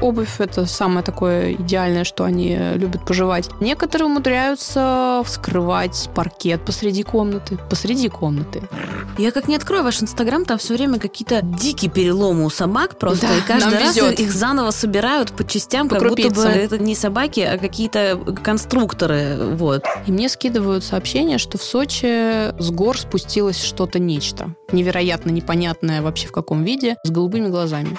обувь – это самое такое идеальное, что они любят пожевать. Некоторые умудряются вскрывать паркет посреди комнаты. Посреди комнаты. Я как не открою ваш Инстаграм, там все время какие-то дикие переломы у собак просто. Да, и каждый раз везет. Их заново собирают по частям, как будто бы это не собаки, а какие-то конструкторы. Вот. И мне скидывают сообщение, что в Сочи с гор спустилось что-то нечто. Невероятно непонятное вообще в каком виде, с голубыми глазами.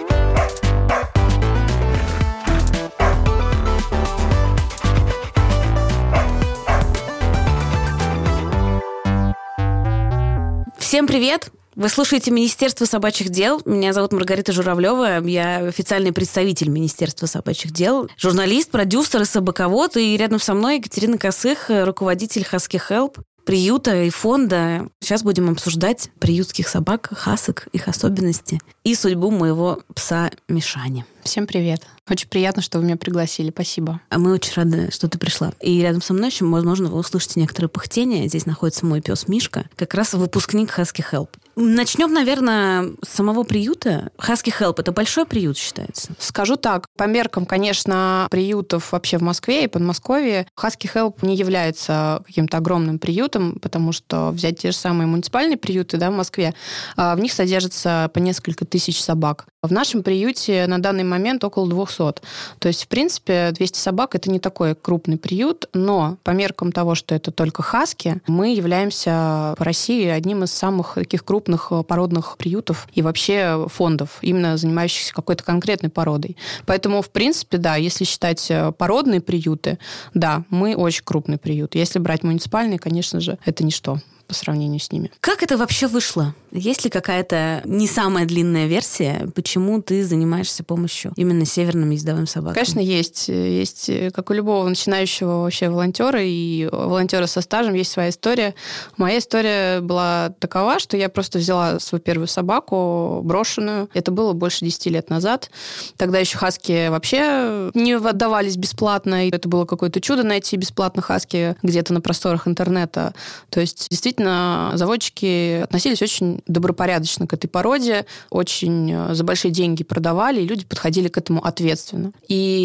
Всем привет! Вы слушаете Министерство собачьих дел. Меня зовут Маргарита Журавлева. Я официальный представитель Министерства собачьих дел. Журналист, продюсер и собаковод. И рядом со мной Екатерина Косых, руководитель Husky Help, приюта и фонда. Сейчас будем обсуждать приютских собак, хасок, их особенности и судьбу моего пса Мишани. Всем привет. Очень приятно, что вы меня пригласили. Спасибо. А мы очень рады, что ты пришла. И рядом со мной еще, возможно, вы услышите некоторые пыхтения. Здесь находится мой пес Мишка, как раз выпускник Husky Help. Начнем, наверное, с самого приюта. Husky Help – это большой приют, считается? Скажу так, по меркам, конечно, приютов вообще в Москве и Подмосковье, Husky Help не является каким-то огромным приютом, потому что взять те же самые муниципальные приюты, да, в Москве, в них содержится по несколько тысяч собак. В нашем приюте на данный момент около 200. То есть, в принципе, 200 собак – это не такой крупный приют, но по меркам того, что это только хаски, мы являемся в России одним из самых таких крупных породных приютов и вообще фондов, именно занимающихся какой-то конкретной породой. Поэтому, в принципе, да, если считать породные приюты, да, мы очень крупный приют. Если брать муниципальные, конечно же, это ничто по сравнению с ними. Как это вообще вышло? Есть ли какая-то не самая длинная версия, почему ты занимаешься помощью именно северным ездовым собакам? Конечно, есть. Есть, как у любого начинающего вообще волонтера и волонтера со стажем, есть своя история. Моя история была такова, что я просто взяла свою первую собаку, брошенную. Это было больше 10 лет назад. Тогда еще хаски вообще не отдавались бесплатно. И это было какое-то чудо найти бесплатно хаски где-то на просторах интернета. То есть, действительно, заводчики относились очень добропорядочно к этой породе, очень за большие деньги продавали, и люди подходили к этому ответственно.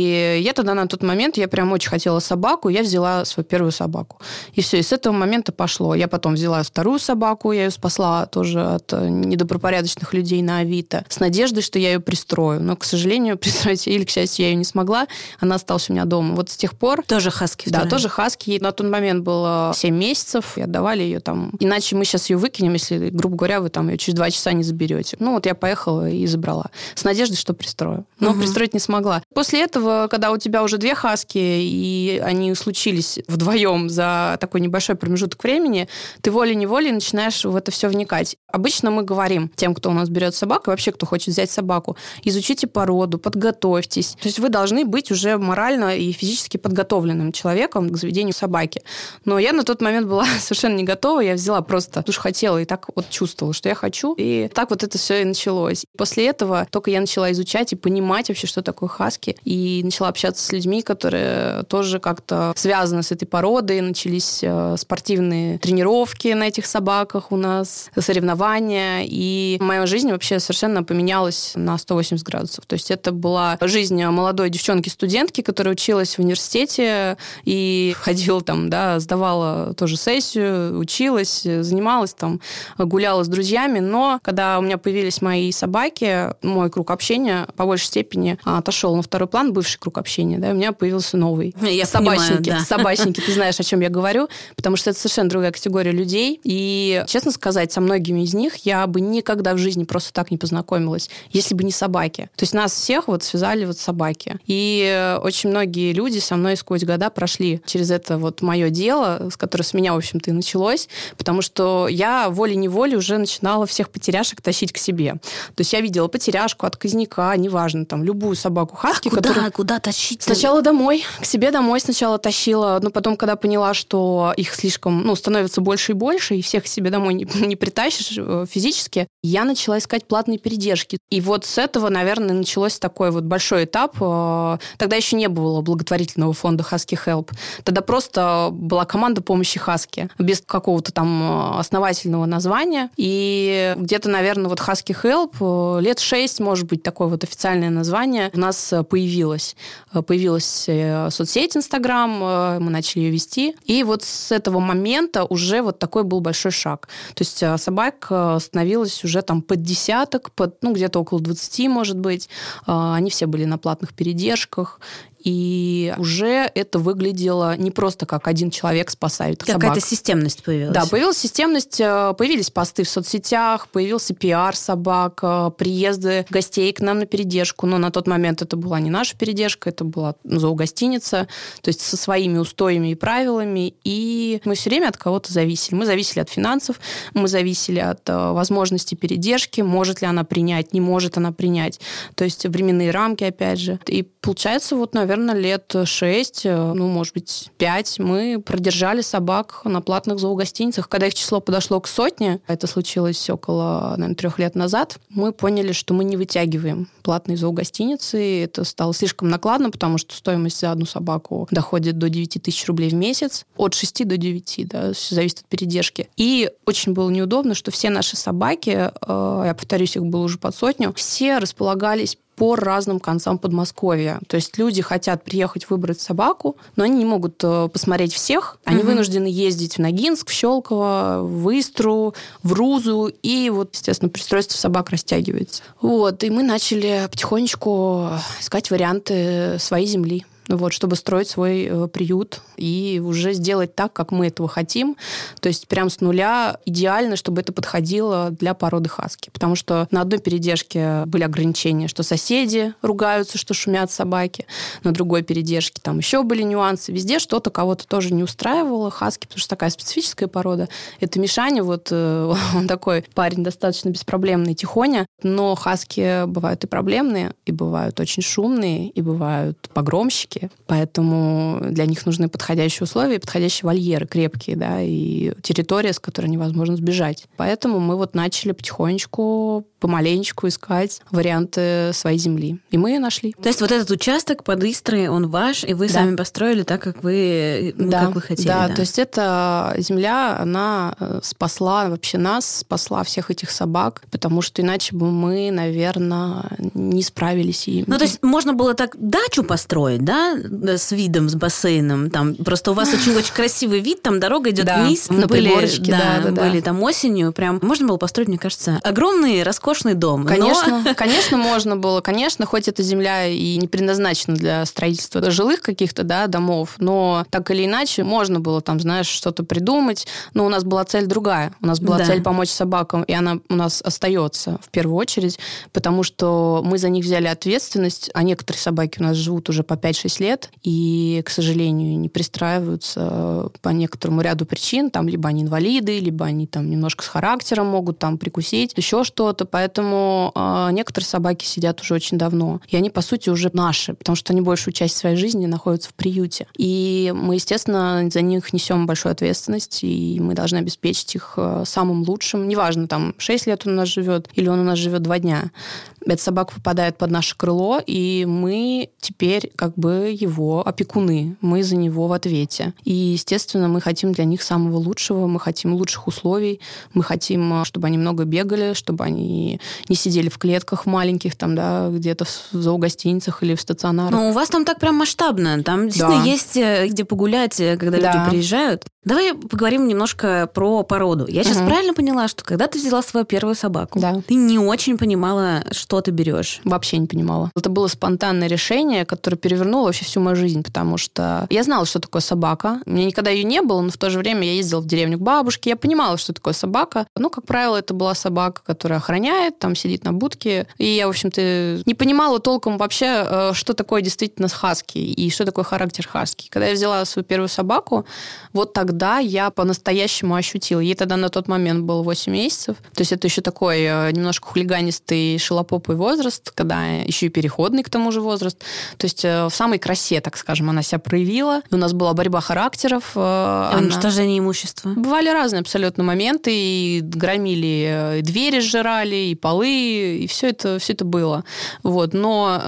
И я тогда на тот момент, я прям очень хотела собаку, я взяла свою первую собаку. И все, и с этого момента пошло. Я потом взяла вторую собаку, я ее спасла тоже от недобропорядочных людей на Авито, с надеждой, что я ее пристрою. Но, к сожалению, пристроить или, к счастью, я ее не смогла. Она осталась у меня дома. Вот с тех пор... Тоже хаски? Да, тоже хаски. На тот момент было 7 месяцев, и отдавали ее там. Иначе мы сейчас ее выкинем, если, грубо говоря, вы там ее через 2 часа не заберете. Ну, вот я поехала и забрала. С надеждой, что пристрою. Но пристроить не смогла. После этого, когда у тебя уже 2 хаски, и они случились вдвоем за такой небольшой промежуток времени, ты волей-неволей начинаешь в это все вникать. Обычно мы говорим тем, кто у нас берет собаку, и вообще, кто хочет взять собаку, изучите породу, подготовьтесь. То есть вы должны быть уже морально и физически подготовленным человеком к заведению собаки. Но я на тот момент была совершенно не готова. Я взяла просто, потому что хотела, и так вот чувствовала, что я хочу. И так вот это все и началось. После этого только я начала изучать и понимать вообще, что такое хаски. И начала общаться с людьми, которые тоже как-то связаны с этой породой. Начались спортивные тренировки на этих собаках у нас, соревнования. И моя жизнь вообще совершенно поменялась на 180 градусов. То есть это была жизнь молодой девчонки-студентки, которая училась в университете и ходила там, да, сдавала тоже сессию, училась, занималась там, гуляла с друзьями, но когда у меня появились мои собаки, мой круг общения по большей степени отошел на второй план, бывший круг общения, да, у меня появился новый. Я собачники. Понимаю, да. Собачники, ты знаешь, о чем я говорю, потому что это совершенно другая категория людей, и, честно сказать, со многими из них я бы никогда в жизни просто так не познакомилась, если бы не собаки. То есть нас всех вот связали вот собаки. И очень многие люди со мной сквозь года прошли через это вот мое дело, с которого с меня, в общем-то, и началось, потому что я волей-неволей уже начинала всех потеряшек тащить к себе. То есть я видела потеряшку, отказника, неважно, там, любую собаку хаски, которую... Куда тащить? Сначала домой, к себе домой сначала тащила, но потом, когда поняла, что их слишком, становится больше и больше, и всех к себе домой не притащишь, физически, я начала искать платные передержки. И вот с этого, наверное, началось такой вот большой этап. Тогда еще не было благотворительного фонда Husky Help. Тогда просто была команда помощи Husky, без какого-то там основательного названия. И где-то, наверное, вот Husky Help лет 6, может быть, такое вот официальное название у нас появилось. Появилась соцсеть Instagram, мы начали ее вести. И вот с этого момента уже вот такой был большой шаг. То есть собак становилось уже там под десяток, где-то около 20, может быть. Они все были на платных передержках. И уже это выглядело не просто как один человек спасает собак. Какая-то системность появилась. Да, появилась системность, появились посты в соцсетях, появился пиар собак, приезды гостей к нам на передержку. Но на тот момент это была не наша передержка, это была зоогостиница, то есть со своими устоями и правилами. И мы все время от кого-то зависели. Мы зависели от финансов, мы зависели от возможности передержки, может ли она принять, не может она принять. То есть временные рамки, опять же. И получается, вот, наверное, лет 6, может быть, 5 мы продержали собак на платных зоогостиницах. Когда их число подошло к 100, это случилось около, наверное, 3 лет назад, мы поняли, что мы не вытягиваем платные зоогостиницы. Это стало слишком накладно, потому что стоимость за одну собаку доходит до 9 тысяч рублей в месяц. От 6 до 9, да, все зависит от передержки. И очень было неудобно, что все наши собаки, я повторюсь, их было уже под 100, все располагались по разным концам Подмосковья. То есть люди хотят приехать выбрать собаку, но они не могут посмотреть всех. Они вынуждены ездить в Ногинск, в Щелково, в Истру, в Рузу. И вот, естественно, пристройство собак растягивается. Вот. И мы начали потихонечку искать варианты своей земли. Чтобы строить свой приют и уже сделать так, как мы этого хотим. То есть прям с нуля идеально, чтобы это подходило для породы хаски. Потому что на одной передержке были ограничения, что соседи ругаются, что шумят собаки. На другой передержке там еще были нюансы. Везде что-то кого-то тоже не устраивало. Хаски, потому что такая специфическая порода. Это Мишаня, он такой парень достаточно беспроблемный, тихоня. Но хаски бывают и проблемные, и бывают очень шумные, и бывают погромщики. Поэтому для них нужны подходящие условия, подходящие вольеры, крепкие, да, и территория, с которой невозможно сбежать. Поэтому мы начали потихонечку, помаленечку искать варианты своей земли. И мы ее нашли. То есть вот этот участок под Истрой, он ваш, и вы сами построили так, как вы, как вы хотели. Да, то есть эта земля, она спасла вообще нас, спасла всех этих собак, потому что иначе бы мы, наверное, не справились. То есть можно было так дачу построить, да, с видом, с бассейном. Там просто у вас очень красивый вид, там дорога идет вниз. На пригорочке, были там осенью. Прям можно было построить, мне кажется, огромный, роскошный дом. Конечно, можно было. Конечно, хоть эта земля и не предназначена для строительства жилых каких-то, домов, но так или иначе можно было там, знаешь, что-то придумать. Но у нас была цель другая. У нас была цель помочь собакам, и она у нас остается в первую очередь, потому что мы за них взяли ответственность, а некоторые собаки у нас живут уже по 5-6 лет, и, к сожалению, не пристраиваются по некоторому ряду причин. Там либо они инвалиды, либо они там немножко с характером могут там прикусить, еще что-то. Поэтому некоторые собаки сидят уже очень давно. И они, по сути, уже наши, потому что они большую часть своей жизни находятся в приюте. И мы, естественно, за них несем большую ответственность, и мы должны обеспечить их самым лучшим. Неважно, там, 6 лет он у нас живет, или он у нас живет 2 дня. Эта собака попадает под наше крыло, и мы теперь его опекуны. Мы за него в ответе. И, естественно, мы хотим для них самого лучшего, мы хотим лучших условий, мы хотим, чтобы они много бегали, чтобы они не сидели в клетках маленьких, там, да, где-то в зоогостиницах или в стационарах. Но у вас там так прям масштабно. Там действительно есть где погулять, когда люди приезжают. Давай поговорим немножко про породу. Я сейчас правильно поняла, что когда ты взяла свою первую собаку, ты не очень понимала, что ты берешь? Вообще не понимала. Это было спонтанное решение, которое перевернуло вообще всю мою жизнь, потому что я знала, что такое собака. У меня никогда ее не было, но в то же время я ездила в деревню к бабушке, я понимала, что такое собака. Как правило, это была собака, которая охраняет, там сидит на будке. И я, в общем-то, не понимала толком вообще, что такое действительно хаски и что такое характер хаски. Когда я взяла свою первую собаку, вот тогда да, я по-настоящему ощутила. Ей тогда на тот момент было 8 месяцев. То есть это еще такой немножко хулиганистый шелопопый возраст, когда еще и переходный к тому же возраст. То есть в самой красе, так скажем, она себя проявила. У нас была борьба характеров. Уничтожение имущества. Бывали разные абсолютно моменты. И громили, и двери сжирали, и полы, и все это было. Вот. Но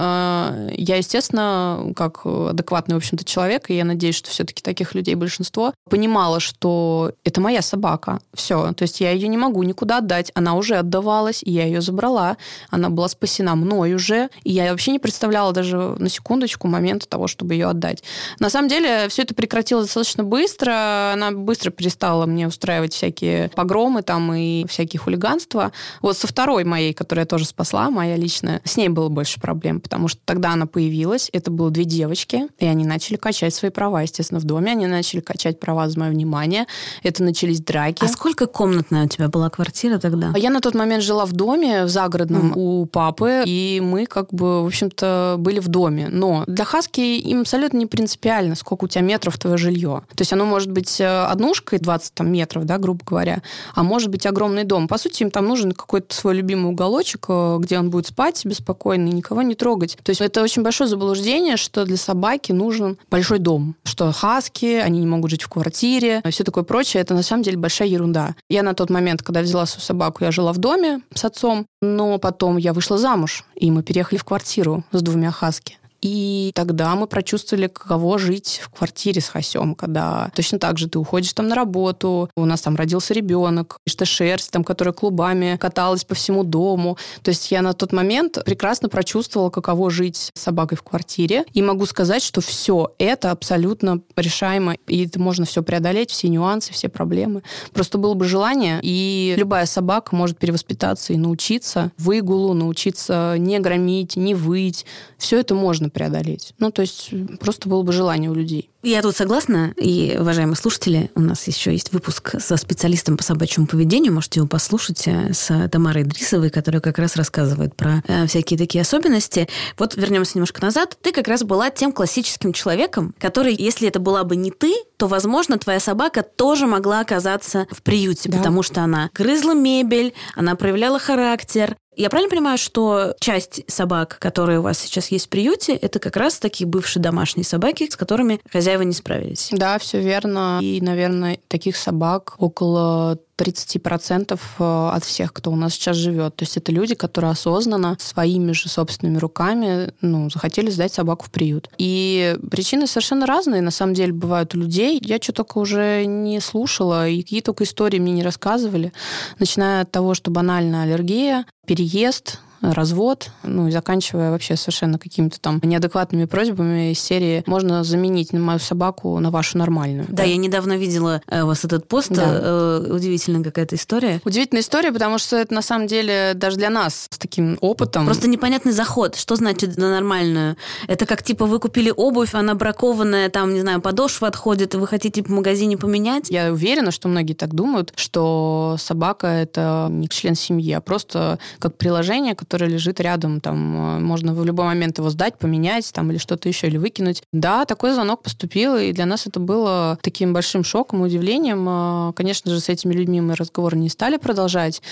я, естественно, как адекватный, в общем-то, человек, и я надеюсь, что все-таки таких людей большинство, понимала, что это моя собака. Все. То есть я ее не могу никуда отдать. Она уже отдавалась, и я ее забрала. Она была спасена мной уже. И я вообще не представляла даже на секундочку момента того, чтобы ее отдать. На самом деле, все это прекратилось достаточно быстро. Она быстро перестала мне устраивать всякие погромы там и всякие хулиганства. Вот со второй моей, которую я тоже спасла, моя личная, с ней было больше проблем, потому что тогда она появилась, это было 2 девочки, и они начали качать свои права, естественно, в доме. Они начали качать права за мое внимание. Это начались драки. А сколько комнатная у тебя была квартира тогда? Я на тот момент жила в доме, в загородном, у папы, и мы как бы, в общем-то, были в доме. Но для хаски им абсолютно не принципиально, сколько у тебя метров твое жилье. То есть оно может быть однушкой, 20 там, метров, да, грубо говоря, а может быть огромный дом. По сути, им там нужен какой-то свой любимый уголочек, где он будет спать себе спокойно и никого не трогать. То есть это очень большое заблуждение, что для собаки нужен большой дом, что хаски, они не могут жить в квартире, и все такое прочее. Это на самом деле большая ерунда. Я на тот момент, когда взяла свою собаку, я жила в доме с отцом, но потом я вышла замуж, и мы переехали в квартиру с 2 хаски. И тогда мы прочувствовали, каково жить в квартире с Хасем, когда точно так же ты уходишь там на работу, у нас там родился ребенок, что шерсть, там, которая клубами каталась по всему дому. То есть я на тот момент прекрасно прочувствовала, каково жить с собакой в квартире. И могу сказать, что все это абсолютно решаемо, и это можно все преодолеть, все нюансы, все проблемы. Просто было бы желание, и любая собака может перевоспитаться и научиться выгулу, научиться не громить, не выть. Все это можно преодолеть. Ну, то есть просто было бы желание у людей. Я тут согласна. И, уважаемые слушатели, у нас еще есть выпуск со специалистом по собачьему поведению. Можете его послушать с Тамарой Идрисовой, которая как раз рассказывает про всякие такие особенности. Вот вернемся немножко назад. Ты как раз была тем классическим человеком, который, если это была бы не ты, то, возможно, твоя собака тоже могла оказаться в приюте, да. Потому что она грызла мебель, она проявляла характер. Я правильно понимаю, что часть собак, которые у вас сейчас есть в приюте, это как раз такие бывшие домашние собаки, с которыми хозяева не справились? Да, все верно. И, наверное, таких собак около 30% от всех, кто у нас сейчас живет. То есть это люди, которые осознанно своими же собственными руками захотели сдать собаку в приют. И причины совершенно разные, на самом деле, бывают у людей. Я что только уже не слушала, и какие только истории мне не рассказывали, начиная от того, что банальная аллергия, переезд, развод, и заканчивая вообще совершенно какими-то там неадекватными просьбами из серии «можно заменить мою собаку на вашу нормальную». Да, я недавно видела у вас этот пост. Да. Удивительная какая-то история. Удивительная история, потому что это на самом деле даже для нас с таким опытом... Просто непонятный заход. Что значит на нормальную? Это как типа вы купили обувь, она бракованная, там, не знаю, подошва отходит, и вы хотите в магазине поменять? Я уверена, что многие так думают, что собака — это не член семьи, а просто как приложение, которое лежит рядом, там можно в любой момент его сдать, поменять там, или что-то еще, или выкинуть. Да, такой звонок поступил, и для нас это было таким большим шоком, удивлением. Конечно же, с этими людьми мы разговор не стали продолжать,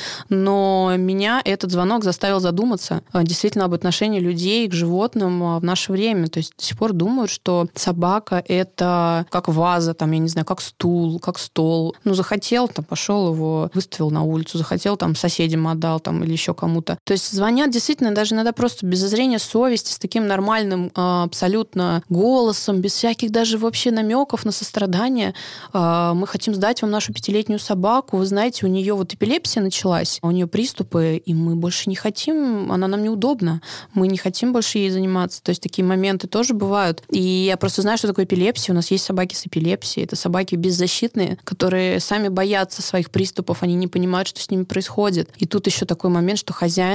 но меня этот звонок заставил задуматься действительно об отношении людей к животным в наше время. То есть до сих пор думают, что собака — это как ваза, там, я не знаю, как стул, как стол. Захотел, там, пошел его, выставил на улицу, захотел, там, соседям отдал, там, или еще кому-то. То есть звонят действительно даже иногда просто без зазрения совести, с таким нормальным абсолютно голосом, без всяких даже вообще намеков на сострадание. Мы хотим сдать вам нашу 5-летнюю собаку. Вы знаете, у нее вот эпилепсия началась, у нее приступы, и мы больше не хотим, она нам неудобна. Мы не хотим больше ей заниматься. То есть такие моменты тоже бывают. И я просто знаю, что такое эпилепсия. У нас есть собаки с эпилепсией. Это собаки беззащитные, которые сами боятся своих приступов, они не понимают, что с ними происходит. И тут еще такой момент, что хозяин от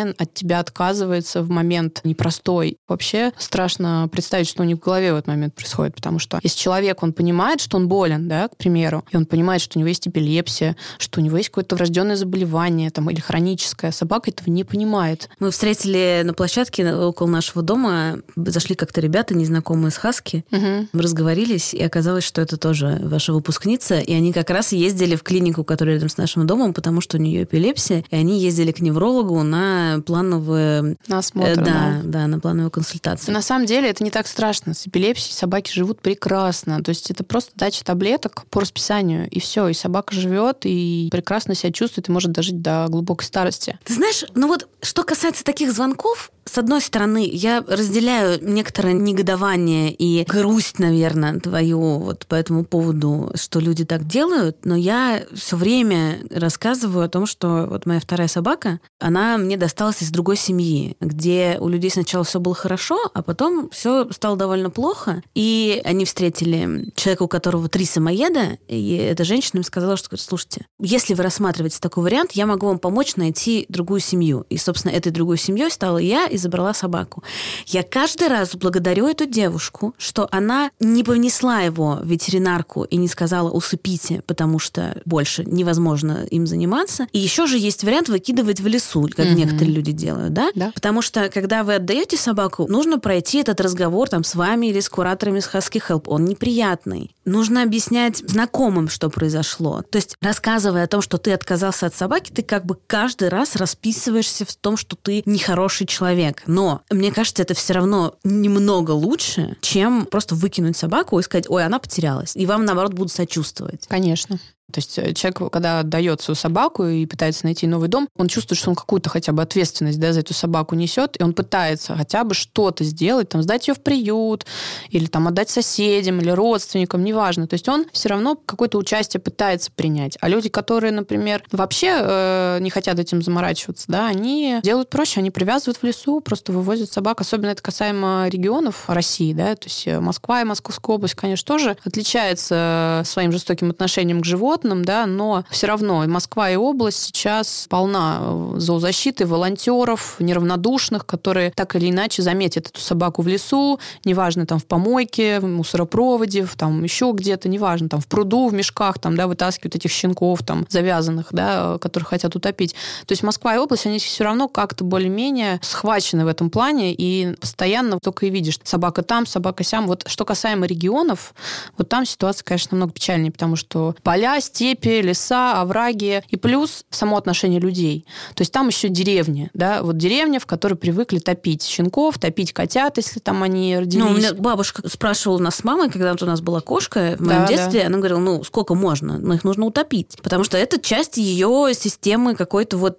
тебе отказывается в момент непростой. Вообще страшно представить, что у них в голове в этот момент происходит, потому что если человек, он понимает, что он болен, да, к примеру, и он понимает, что у него есть эпилепсия, что у него есть какое-то врожденное заболевание там, или хроническое, собака этого не понимает. Мы встретили на площадке около нашего дома, зашли как-то ребята, незнакомые с хаски, мы разговорились, и оказалось, что это тоже ваша выпускница, и они как раз ездили в клинику, которая рядом с нашим домом, потому что у нее эпилепсия, и они ездили к неврологу на плановые... На осмотр, да, на плановую консультацию. На самом деле это не так страшно. С эпилепсией собаки живут прекрасно. То есть это просто дача таблеток по расписанию, и все. И собака живет, и прекрасно себя чувствует, и может дожить до глубокой старости. Ты знаешь, ну вот что касается таких звонков, с одной стороны, я разделяю некоторое негодование и грусть, наверное, твою вот по этому поводу, что люди так делают, но я все время рассказываю о том, что вот моя вторая собака, она мне досталась из другой семьи, где у людей сначала все было хорошо, а потом все стало довольно плохо, и они встретили человека, у которого 3 самоеда, и эта женщина им сказала, что, слушайте, если вы рассматриваете такой вариант, я могу вам помочь найти другую семью. И, собственно, этой другой семьей стала я, и забрала собаку. Я каждый раз благодарю эту девушку, что она не понесла его в ветеринарку и не сказала «усыпите», потому что больше невозможно им заниматься. И еще же есть вариант выкидывать в лесу, как некоторые люди делают, да? Потому что, когда вы отдаете собаку, нужно пройти этот разговор там с вами или с кураторами с Husky Help. Он неприятный. Нужно объяснять знакомым, что произошло. То есть, рассказывая о том, что ты отказался от собаки, ты как бы каждый раз расписываешься в том, что ты нехороший человек. Но мне кажется, это все равно немного лучше, чем просто выкинуть собаку и сказать, ой, она потерялась. И вам, наоборот, будут сочувствовать. Конечно. То есть человек, когда отдает свою собаку и пытается найти новый дом, он чувствует, что он какую-то хотя бы ответственность, да, за эту собаку несет, и он пытается хотя бы что-то сделать, там, сдать ее в приют, или там, отдать соседям, или родственникам, неважно. То есть он все равно какое-то участие пытается принять. А люди, которые, например, вообще не хотят этим заморачиваться, да, они делают проще, они привязывают в лесу, просто вывозят собак. Особенно это касаемо регионов России, да, то есть Москва и Московская область, конечно, тоже отличается своим жестоким отношением к животным, да, но все равно и Москва, и область сейчас полна зоозащиты, волонтеров, неравнодушных, которые так или иначе заметят эту собаку в лесу, неважно, там, в помойке, в мусоропроводе, там, еще где-то, неважно, там, в пруду, в мешках, там, да, вытаскивают этих щенков, там, завязанных, да, которых хотят утопить. То есть Москва и область, они все равно как-то более-менее схвачены в этом плане, и постоянно только и видишь, собака там, собака сям. Вот что касаемо регионов, вот там ситуация, конечно, намного печальнее, потому что поля, степи, леса, овраги, и плюс само отношение людей. То есть там еще деревни, да, вот деревня, в которой привыкли топить щенков, топить котят, если там они родились. Ну, у меня бабушка спрашивала нас с мамой, когда у нас была кошка в моем детстве, она говорила, ну, сколько можно? Ну, их нужно утопить. Потому что это часть ее системы какой-то вот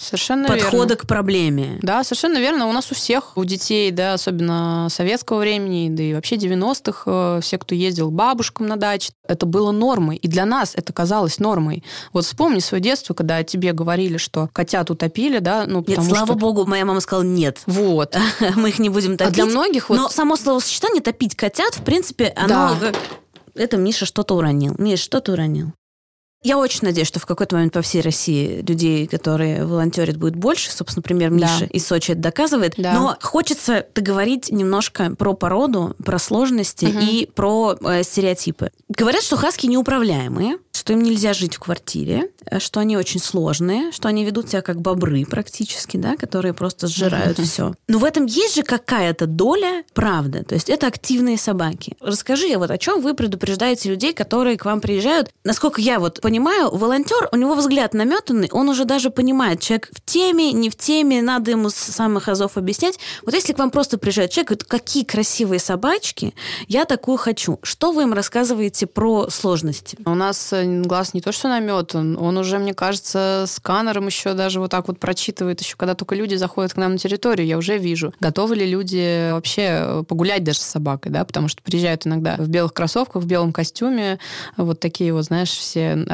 подхода к проблеме. Да, совершенно верно. У нас у всех, у детей, да, особенно советского времени, да и вообще 90-х, все, кто ездил к бабушкам на даче, это было нормой. И для нас это казалось нормой. Вот вспомни свое детство, когда тебе говорили, что котят утопили, да, ну, потому нет, слава богу, моя мама сказала нет. Вот. Мы их не будем топить. А для многих вот... Но само словосочетание «топить котят», в принципе, оно... Да. Это Миша что-то уронил. Миша, что ты уронил? Я очень надеюсь, что в какой-то момент по всей России людей, которые волонтерят, будет больше. Собственно, например, Миша из Сочи это доказывает. Да. Но хочется договорить немножко про породу, про сложности и про стереотипы. Говорят, что хаски неуправляемые, что им нельзя жить в квартире, что они очень сложные, что они ведут себя как бобры практически, да, которые просто сжирают все. Но в этом есть же какая-то доля правды. То есть это активные собаки. Расскажи, вот о чем вы предупреждаете людей, которые к вам приезжают. Насколько я вот понимаю, волонтер, у него взгляд наметанный, он уже даже понимает, человек в теме, не в теме, надо ему с самых азов объяснять. Вот если к вам просто приезжает человек, говорит, какие красивые собачки, я такую хочу. Что вы им рассказываете про сложности? У нас глаз не то что наметан, он уже, мне кажется, сканером еще даже вот так вот прочитывает, еще когда только люди заходят к нам на территорию, я уже вижу, готовы ли люди вообще погулять даже с собакой, да, потому что приезжают иногда в белых кроссовках, в белом костюме, вот такие вот, знаешь, все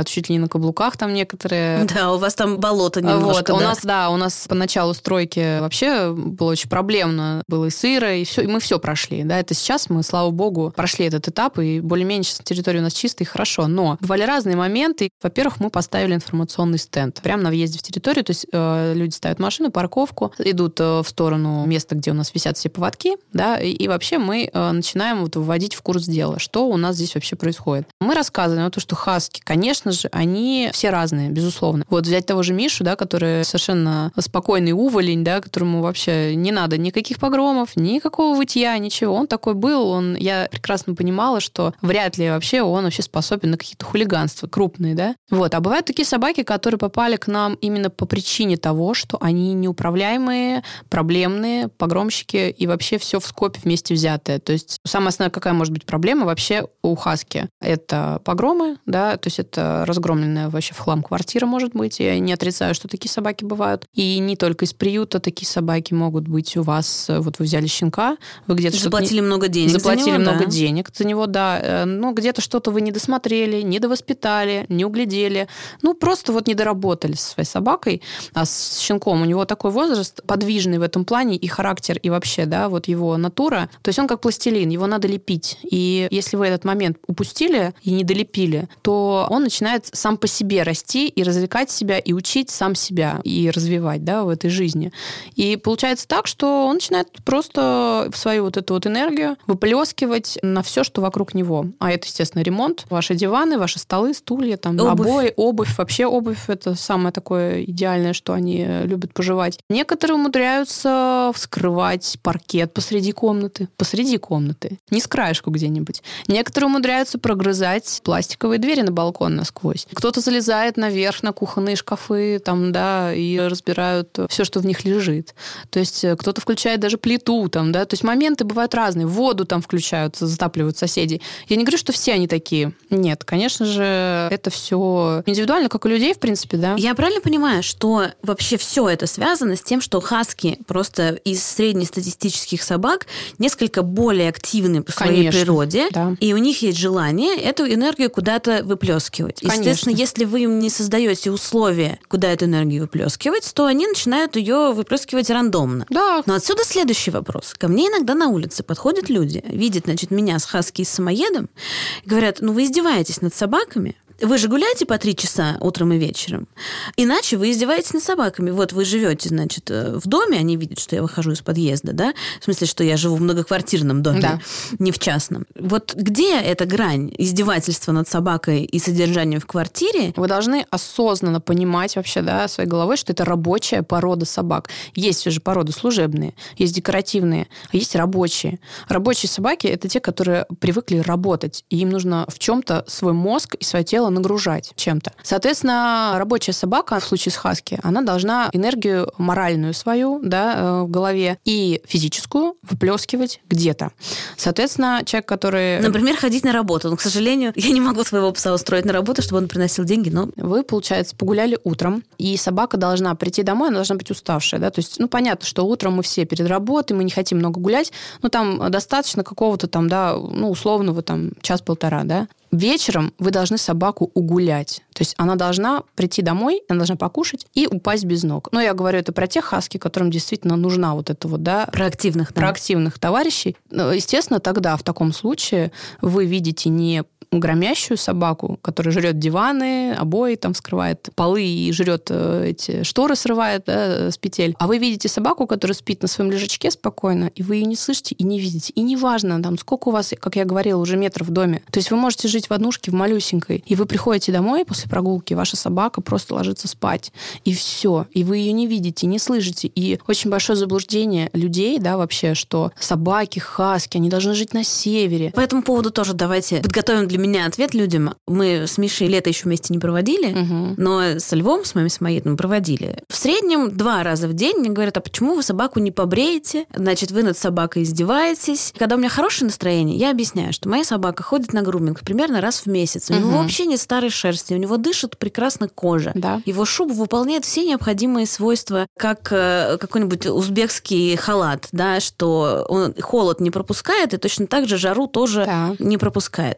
чуть ли не на каблуках там некоторые. Да, у вас там болото немножко. Вот, у нас по началу стройки вообще было очень проблемно. Было и сыро, и все, и мы все прошли. Да, это сейчас мы, слава богу, прошли этот этап, и более-менее сейчас территория у нас чистая и хорошо. Но бывали разные моменты. Во-первых, мы поставили информационный стенд прямо на въезде в территорию, то есть люди ставят машину, парковку, идут в сторону места, где у нас висят все поводки, да, и вообще мы начинаем вот вводить в курс дела, что у нас здесь вообще происходит. Мы рассказываем о том, что хаски, конечно же, они все разные, безусловно. Вот взять того же Мишу, да, который совершенно спокойный уволень, да, которому вообще не надо никаких погромов, никакого вытья, ничего. Он такой был, я прекрасно понимала, что вряд ли вообще он вообще способен на какие-то хулиганства крупные, да. Вот. А бывают такие собаки, которые попали к нам именно по причине того, что они неуправляемые, проблемные, погромщики, и вообще все в скопе вместе взятое. То есть самая основная какая может быть проблема вообще у хаски? Это погромы, да, то есть это разгромленная вообще в хлам квартира может быть. Я не отрицаю, что такие собаки бывают. И не только из приюта такие собаки могут быть у вас. Вот вы взяли щенка, вы где-то заплатили много денег заплатили за него, много да. денег за него, да. Но где-то что-то вы не досмотрели, не довоспитали, не углядели. Просто вот не доработали со своей собакой. А с щенком у него такой возраст подвижный в этом плане, и характер, и вообще, да, вот его натура. То есть он как пластилин, его надо лепить. И если вы этот момент упустили и не долепили, то он начинает сам по себе расти и развлекать себя, и учить сам себя, и развивать, да, в этой жизни. И получается так, что он начинает просто свою вот эту вот энергию выплескивать на все, что вокруг него. А это, естественно, ремонт, ваши диваны, ваши столы, стулья, там, обои, обувь. Вообще обувь – это самое такое идеальное, что они любят пожевать. Некоторые умудряются вскрывать паркет посреди комнаты. Не с краешку где-нибудь. Некоторые умудряются прогрызать пластиковые двери на балкон насквозь. Кто-то залезает наверх на кухонные шкафы, там, да, и разбирают все, что в них лежит. То есть кто-то включает даже плиту, там, да. То есть моменты бывают разные. Воду там включают, затапливают соседей. Я не говорю, что все они такие. Нет, конечно же, это все индивидуально, как у людей, в принципе, да. Я правильно понимаю, что вообще все это связано с тем, что хаски просто из среднестатистических собак несколько более активны по своей природе, да. И у них есть желание эту энергию куда-то выплескивать. Конечно. Естественно, если вы им не создаете условия, куда эту энергию выплескивать, то они начинают ее выплескивать рандомно. Да. Но отсюда следующий вопрос. Ко мне иногда на улице подходят люди, видят, значит, меня с хаски и с самоедом, и говорят: вы издеваетесь над собаками? Вы же гуляете по 3 часа утром и вечером. Иначе вы издеваетесь над собаками. Вот вы живете, значит, в доме, они видят, что я выхожу из подъезда, да? В смысле, что я живу в многоквартирном доме, да. Не в частном. Вот где эта грань издевательства над собакой и содержания в квартире? Вы должны осознанно понимать вообще, да, своей головой, что это рабочая порода собак. Есть уже породы служебные, есть декоративные, а есть рабочие. Рабочие собаки – это те, которые привыкли работать, и им нужно в чем-то свой мозг и свое тело нагружать чем-то. Соответственно, рабочая собака, в случае с хаски, она должна энергию моральную свою, да, в голове и физическую выплескивать где-то. Соответственно, человек, который... Например, ходить на работу. Но, к сожалению, я не могу своего пса устроить на работу, чтобы он приносил деньги, но... Вы, получается, погуляли утром, и собака должна прийти домой, она должна быть уставшая, да, то есть, понятно, что утром мы все перед работой, мы не хотим много гулять, там достаточно какого-то там, да, условного там час-полтора, да. Вечером вы должны собаку угулять. То есть она должна прийти домой, она должна покушать и упасть без ног. Но я говорю это про тех хаски, которым действительно нужна вот эта вот, да... Проактивных товарищей. Естественно, тогда в таком случае вы видите не громящую собаку, которая жрет диваны, обои, там вскрывает полы и жрет эти шторы, срывает, да, с петель. А вы видите собаку, которая спит на своем лежачке спокойно, и вы ее не слышите и не видите. И неважно, там, сколько у вас, как я говорила, уже метров в доме. То есть вы можете жить в однушке, в малюсенькой, и вы приходите домой после прогулки, ваша собака просто ложится спать. И все. И вы ее не видите, не слышите. И очень большое заблуждение людей, да, вообще, что собаки, хаски, они должны жить на севере. По этому поводу тоже давайте подготовим для меня ответ людям. Мы с Мишей лето еще вместе не проводили, но со Львом, с моим самоедом, проводили. В среднем 2 раза в день мне говорят: а почему вы собаку не побреете? Значит, вы над собакой издеваетесь. Когда у меня хорошее настроение, я объясняю, что моя собака ходит на груминг примерно раз в месяц. У него вообще нет старой шерсти, у него дышит прекрасно кожа. Да. Его шуба выполняет все необходимые свойства, как какой-нибудь узбекский халат, да, что он холод не пропускает и точно так же жару тоже не пропускает. Когда у него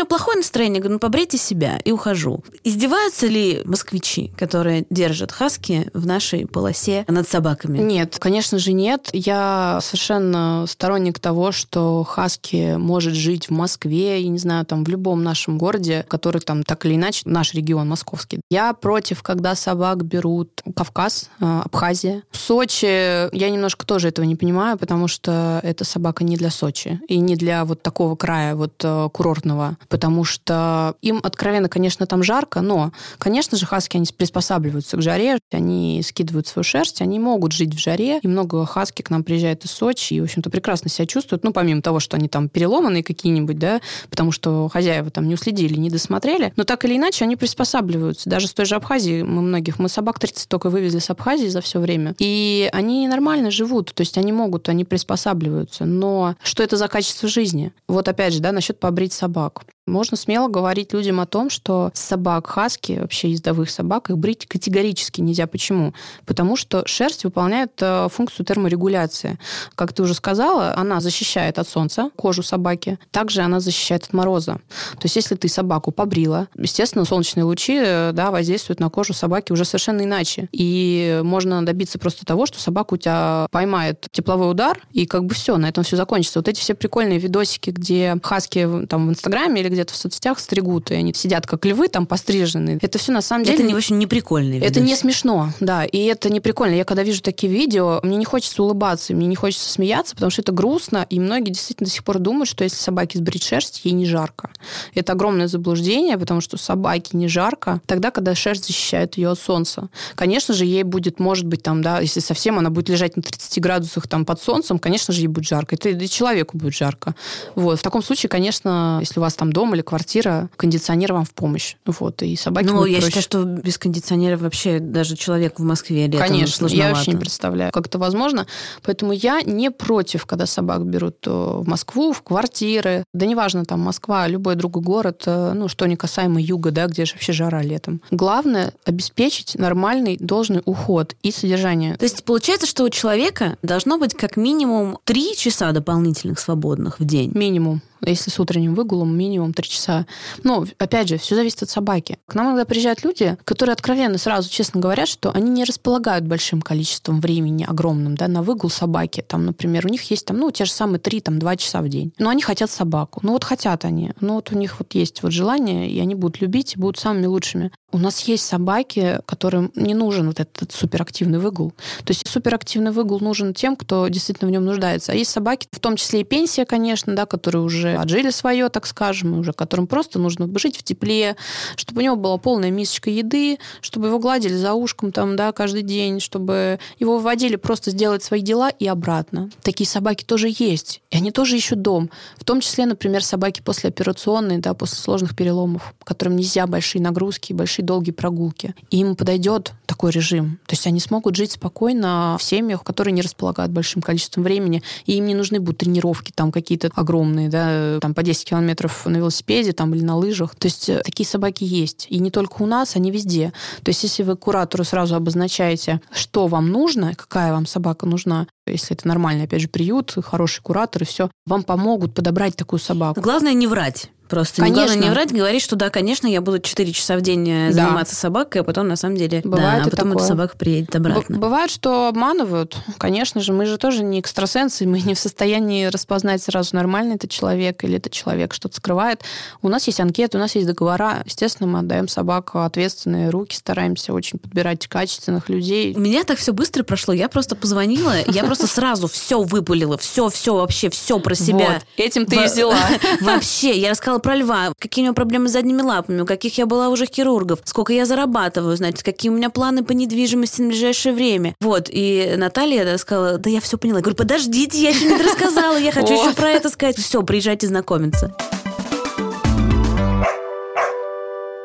плохое настроение, говорю, побрейте себя, и ухожу. Издеваются ли москвичи, которые держат хаски в нашей полосе над собаками? Нет, конечно же нет. Я совершенно сторонник того, что хаски может жить в Москве, я не знаю, там в любом нашем городе, который там так или иначе наш регион московский. Я против, когда собак берут Кавказ, Абхазия. В Сочи я немножко тоже этого не понимаю, потому что эта собака не для Сочи и не для вот такого края вот курортного, потому что им откровенно, конечно, там жарко, но, конечно же, хаски, они приспосабливаются к жаре, они скидывают свою шерсть, они могут жить в жаре, и много хаски к нам приезжает из Сочи и, в общем-то, прекрасно себя чувствуют, ну, помимо того, что они там переломанные какие-нибудь, да, потому что хозяева там не уследили, не досмотрели, но так или иначе они приспосабливаются. Даже с той же Абхазии мы собак 30 только вывезли с Абхазии за все время, и они нормально живут, то есть они приспосабливаются, но что это за качество жизни? Вот опять же, да, насчет побрить собак. Можно смело говорить людям о том, что собак хаски, вообще ездовых собак, их брить категорически нельзя. Почему? Потому что шерсть выполняет функцию терморегуляции. Как ты уже сказала, она защищает от солнца кожу собаки, также она защищает от мороза. То есть если ты собаку побрила, естественно, солнечные лучи, да, воздействуют на кожу собаки уже совершенно иначе. И можно добиться просто того, что собака у тебя поймает тепловой удар, и как бы все, на этом все закончится. Вот эти все прикольные видосики, где хаски там в Инстаграме или где-то в соцсетях стригут, и они сидят как львы там постриженные. Это все на самом деле... Это не очень неприкольно. Это не смешно, да, и это не прикольно. Я когда вижу такие видео, мне не хочется улыбаться, мне не хочется смеяться, потому что это грустно, и многие действительно до сих пор думают, что если собаке сбрить шерсть, ей не жарко. Это огромное заблуждение, потому что собаке не жарко тогда, когда шерсть защищает ее от солнца. Конечно же, ей будет, может быть, там, да, если совсем она будет лежать на 30 градусах там под солнцем, конечно же, ей будет жарко. Это и человеку будет жарко. Вот. В таком случае, конечно, если у вас там дом или квартира, кондиционер вам в помощь. Вот. И собаке будет проще. Я считаю, что без кондиционера вообще даже человек в Москве летом конечно, сложновато. Я вообще не представляю, как это возможно. Поэтому я не против, когда собак берут в Москву, в квартиры. Да неважно, там Москва, любой другой город, ну, что не касаемо юга, да, где же вообще жара летом. Главное — обеспечить нормальный, должный уход и содержание. То есть получается, что у человека должно быть как минимум 3 часа дополнительных свободных в день? Минимум. Если с утренним выгулом, минимум 3 часа. Но, опять же, все зависит от собаки. К нам иногда приезжают люди, которые откровенно сразу честно говорят, что они не располагают большим количеством времени, огромным, да, на выгул собаки. Там, например, у них есть там, ну, те же самые 3-2 часа в день. Но они хотят собаку. Ну, вот хотят они. Ну, вот у них вот есть вот желание, и они будут любить, и будут самыми лучшими. У нас есть собаки, которым не нужен вот этот суперактивный выгул. То есть суперактивный выгул нужен тем, кто действительно в нем нуждается. А есть собаки, в том числе и пенсия, конечно, да, которые уже отжили свое, так скажем, и уже которым просто нужно жить в тепле, чтобы у него была полная мисочка еды, чтобы его гладили за ушком там, да, каждый день, чтобы его выводили просто сделать свои дела и обратно. Такие собаки тоже есть, и они тоже ищут дом. В том числе, например, собаки послеоперационные, да, после сложных переломов, которым нельзя большие нагрузки, большие долгие прогулки. И им подойдет такой режим. То есть они смогут жить спокойно в семьях, которые не располагают большим количеством времени, и им не нужны будут тренировки там какие-то огромные, да, там по 10 километров на велосипеде там, или на лыжах. То есть такие собаки есть. И не только у нас, они везде. То есть если вы куратору сразу обозначаете, что вам нужно, какая вам собака нужна, если это нормальный, опять же, приют, хороший куратор и все, вам помогут подобрать такую собаку. Главное не врать. Просто главное не врать, говорить, что да, конечно, я буду 4 часа в день заниматься собакой, а потом на самом деле... Бывает, да, а потом эта собака приедет обратно. Бывает, что обманывают. Конечно же, мы же тоже не экстрасенсы, мы не в состоянии распознать сразу, нормальный это человек или это человек что-то скрывает. У нас есть анкеты, у нас есть договора. Естественно, мы отдаем собаку ответственные руки, стараемся очень подбирать качественных людей. У меня так все быстро прошло. Я просто позвонила, я просто сразу все выпалила, все вообще, все про себя. Вот, этим ты и взяла. Вообще, я рассказала про льва, какие у него проблемы с задними лапами, у каких я была уже хирургов, сколько я зарабатываю, значит, какие у меня планы по недвижимости на ближайшее время. Вот, и Наталья сказала, да я все поняла. Я говорю, подождите, я еще не рассказала, я хочу еще про это сказать. Все, приезжайте знакомиться. Про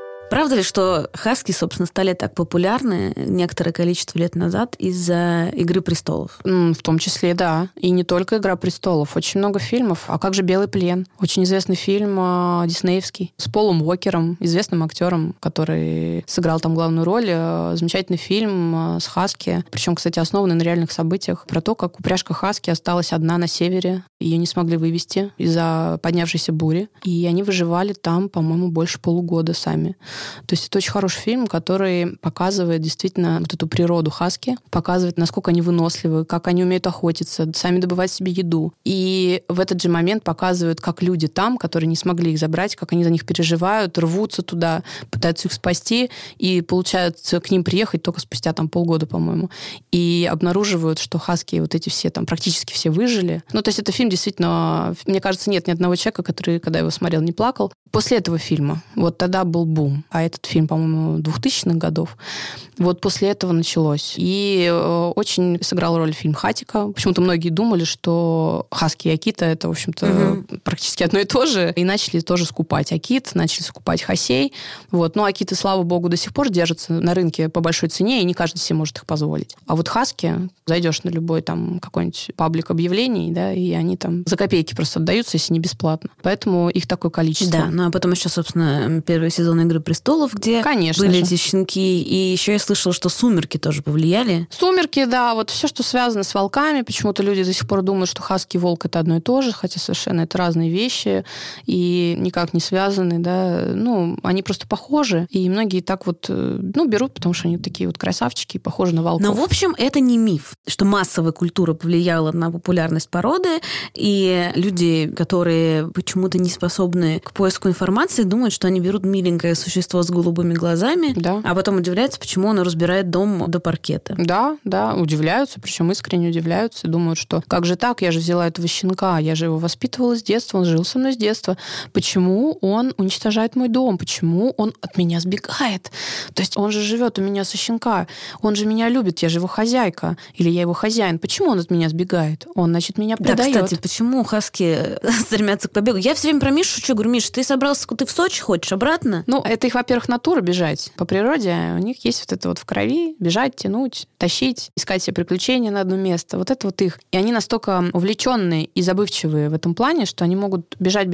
правда ли, что хаски, собственно, стали так популярны некоторое количество лет назад из-за «Игры престолов»? В том числе, да. И не только «Игра престолов». Очень много фильмов. А как же «Белый плен»? Очень известный фильм диснеевский с Полом Уокером, известным актером, который сыграл там главную роль. Замечательный фильм с хаски. Причем, кстати, основанный на реальных событиях. Про то, как упряжка хаски осталась одна на севере. Ее не смогли вывести из-за поднявшейся бури. И они выживали там, по-моему, больше полугода сами. То есть это очень хороший фильм, который показывает действительно вот эту природу хаски, показывает, насколько они выносливы, как они умеют охотиться, сами добывать себе еду. И в этот же момент показывают, как люди там, которые не смогли их забрать, как они за них переживают, рвутся туда, пытаются их спасти, и получается к ним приехать только спустя там полгода, по-моему. И обнаруживают, что хаски вот эти все там практически все выжили. Ну, то есть это фильм действительно, мне кажется, нет ни одного человека, который, когда его смотрел, не плакал. После этого фильма, вот тогда был бум. А этот фильм, по-моему, 2000-х годов. Вот после этого началось. И очень сыграл роль фильм «Хатико». Почему-то многие думали, что хаски и акита — это, в общем-то, практически одно и то же. И начали тоже скупать акит, начали скупать хасей. Вот. Но акиты, слава богу, до сих пор держатся на рынке по большой цене, и не каждый себе может их позволить. А вот хаски, зайдешь на любой там какой-нибудь паблик объявлений, да, и они там за копейки просто отдаются, если не бесплатно. Поэтому их такое количество. Да, ну а потом еще, собственно, первый сезон «Игры престолов», где конечно были же эти щенки. И еще я слышала, что «Сумерки» тоже повлияли. «Сумерки», да, вот все, что связано с волками. Почему-то люди до сих пор думают, что хаски и волк — это одно и то же, хотя совершенно это разные вещи и никак не связаны, да. Ну, они просто похожи, и многие так вот, ну, берут, потому что они такие вот красавчики, похожи на волков. Но, в общем, это не миф, что массовая культура повлияла на популярность породы, и люди, которые почему-то не способны к поиску информации, думают, что они берут миленькое существо с голубыми глазами, да, а потом удивляются, почему оно разбирает дом до паркета. Да, да, удивляются, причем искренне удивляются, и думают, что как же так, я же взяла этого щенка, я же его воспитывала с детства, он жил со мной с детства. Почему он уничтожает мой дом? Почему он от меня сбегает? То есть он же живет у меня со щенка, он же меня любит, я же его хозяйка, или я его хозяин. Почему он от меня сбегает? Он, значит, меня предает. Да, кстати, почему хаски стремятся к побегу? Я все время про Мишу шучу, говорю: Миша, ты собрался, ты в Сочи хочешь, обратно? Ну, это их, во-первых, натура бежать. По природе у них есть вот это вот в крови, бежать, тянуть, тащить, искать себе приключения на одно место. Вот это вот их. И они настолько увлеченные и забывчивые в этом плане, что они могут бежать,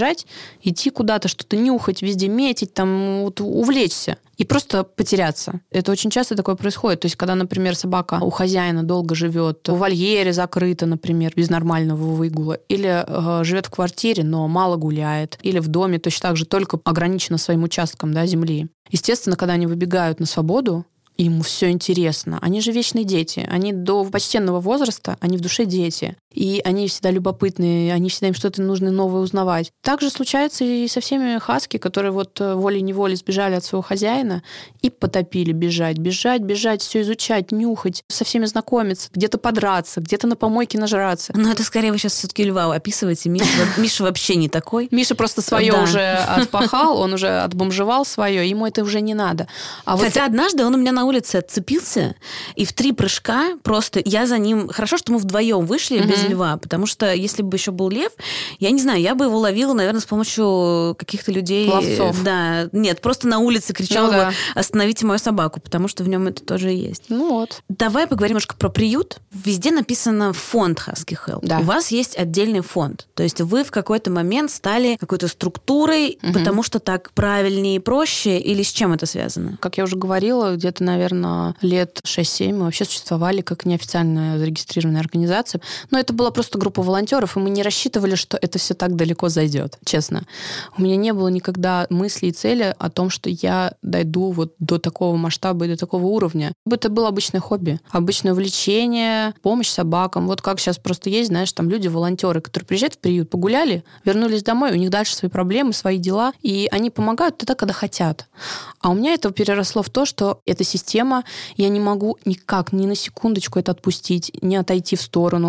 идти куда-то, что-то нюхать, везде метить, там вот, увлечься и просто потеряться. Это очень часто такое происходит. То есть, когда, например, собака у хозяина долго живет, в вольере закрыта, например, без нормального выгула, или живет в квартире, но мало гуляет, или в доме точно так же только ограничена своим участком, да, земли. Естественно, когда они выбегают на свободу, им все интересно. Они же вечные дети. Они до почтенного возраста, они в душе дети. И они всегда любопытные, они всегда им что-то нужно новое узнавать. Так же случается и со всеми хаски, которые вот волей-неволей сбежали от своего хозяина и потопили бежать, все изучать, нюхать, со всеми знакомиться, где-то подраться, где-то на помойке нажраться. Но это скорее вы сейчас все-таки льва описываете. Миша вообще не такой. Миша просто свое уже отпахал, он уже отбомжевал свое, ему это уже не надо. Хотя однажды он у меня на улице отцепился, и в 3 прыжка просто я за ним... Хорошо, что мы вдвоем вышли без льва, потому что если бы еще был лев, я не знаю, я бы его ловила, наверное, с помощью каких-то людей... Ловцов. Да, нет, просто на улице кричала бы: остановите мою собаку, потому что в нем это тоже есть. Ну вот. Давай поговорим немножко про приют. Везде написано «фонд Husky Help». Да. У вас есть отдельный фонд. То есть вы в какой-то момент стали какой-то структурой, потому что так правильнее и проще, или с чем это связано? Как я уже говорила, где-то, наверное, лет 6-7 мы вообще существовали как неофициальная зарегистрированная организация. Но это была просто группа волонтеров, и мы не рассчитывали, что это все так далеко зайдет, честно. У меня не было никогда мысли и цели о том, что я дойду вот до такого масштаба и до такого уровня. Это было обычное хобби, обычное увлечение, помощь собакам. Вот как сейчас просто есть, знаешь, там люди-волонтеры, которые приезжают в приют, погуляли, вернулись домой, у них дальше свои проблемы, свои дела, и они помогают тогда, когда хотят. А у меня это переросло в то, что эта система, я не могу никак, ни на секундочку это отпустить, не отойти в сторону, не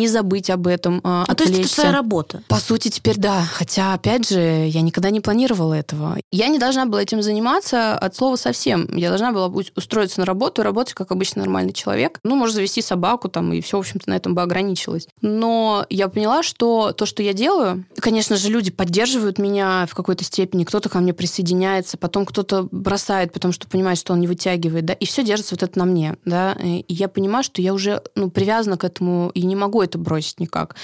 не забыть об этом, отвлечься. То есть это твоя работа? По сути, теперь да. Хотя, опять же, я никогда не планировала этого. Я не должна была этим заниматься от слова совсем. Я должна была устроиться на работу, работать как обычно нормальный человек. Может завести собаку там, и все, в общем-то, на этом бы ограничилось. Но я поняла, что то, что я делаю, конечно же, люди поддерживают меня в какой-то степени, кто-то ко мне присоединяется, потом кто-то бросает, потому что понимает, что он не вытягивает, да, и все держится вот это на мне, да, и я понимаю, что я уже, привязана к этому и не могу это бросить никак.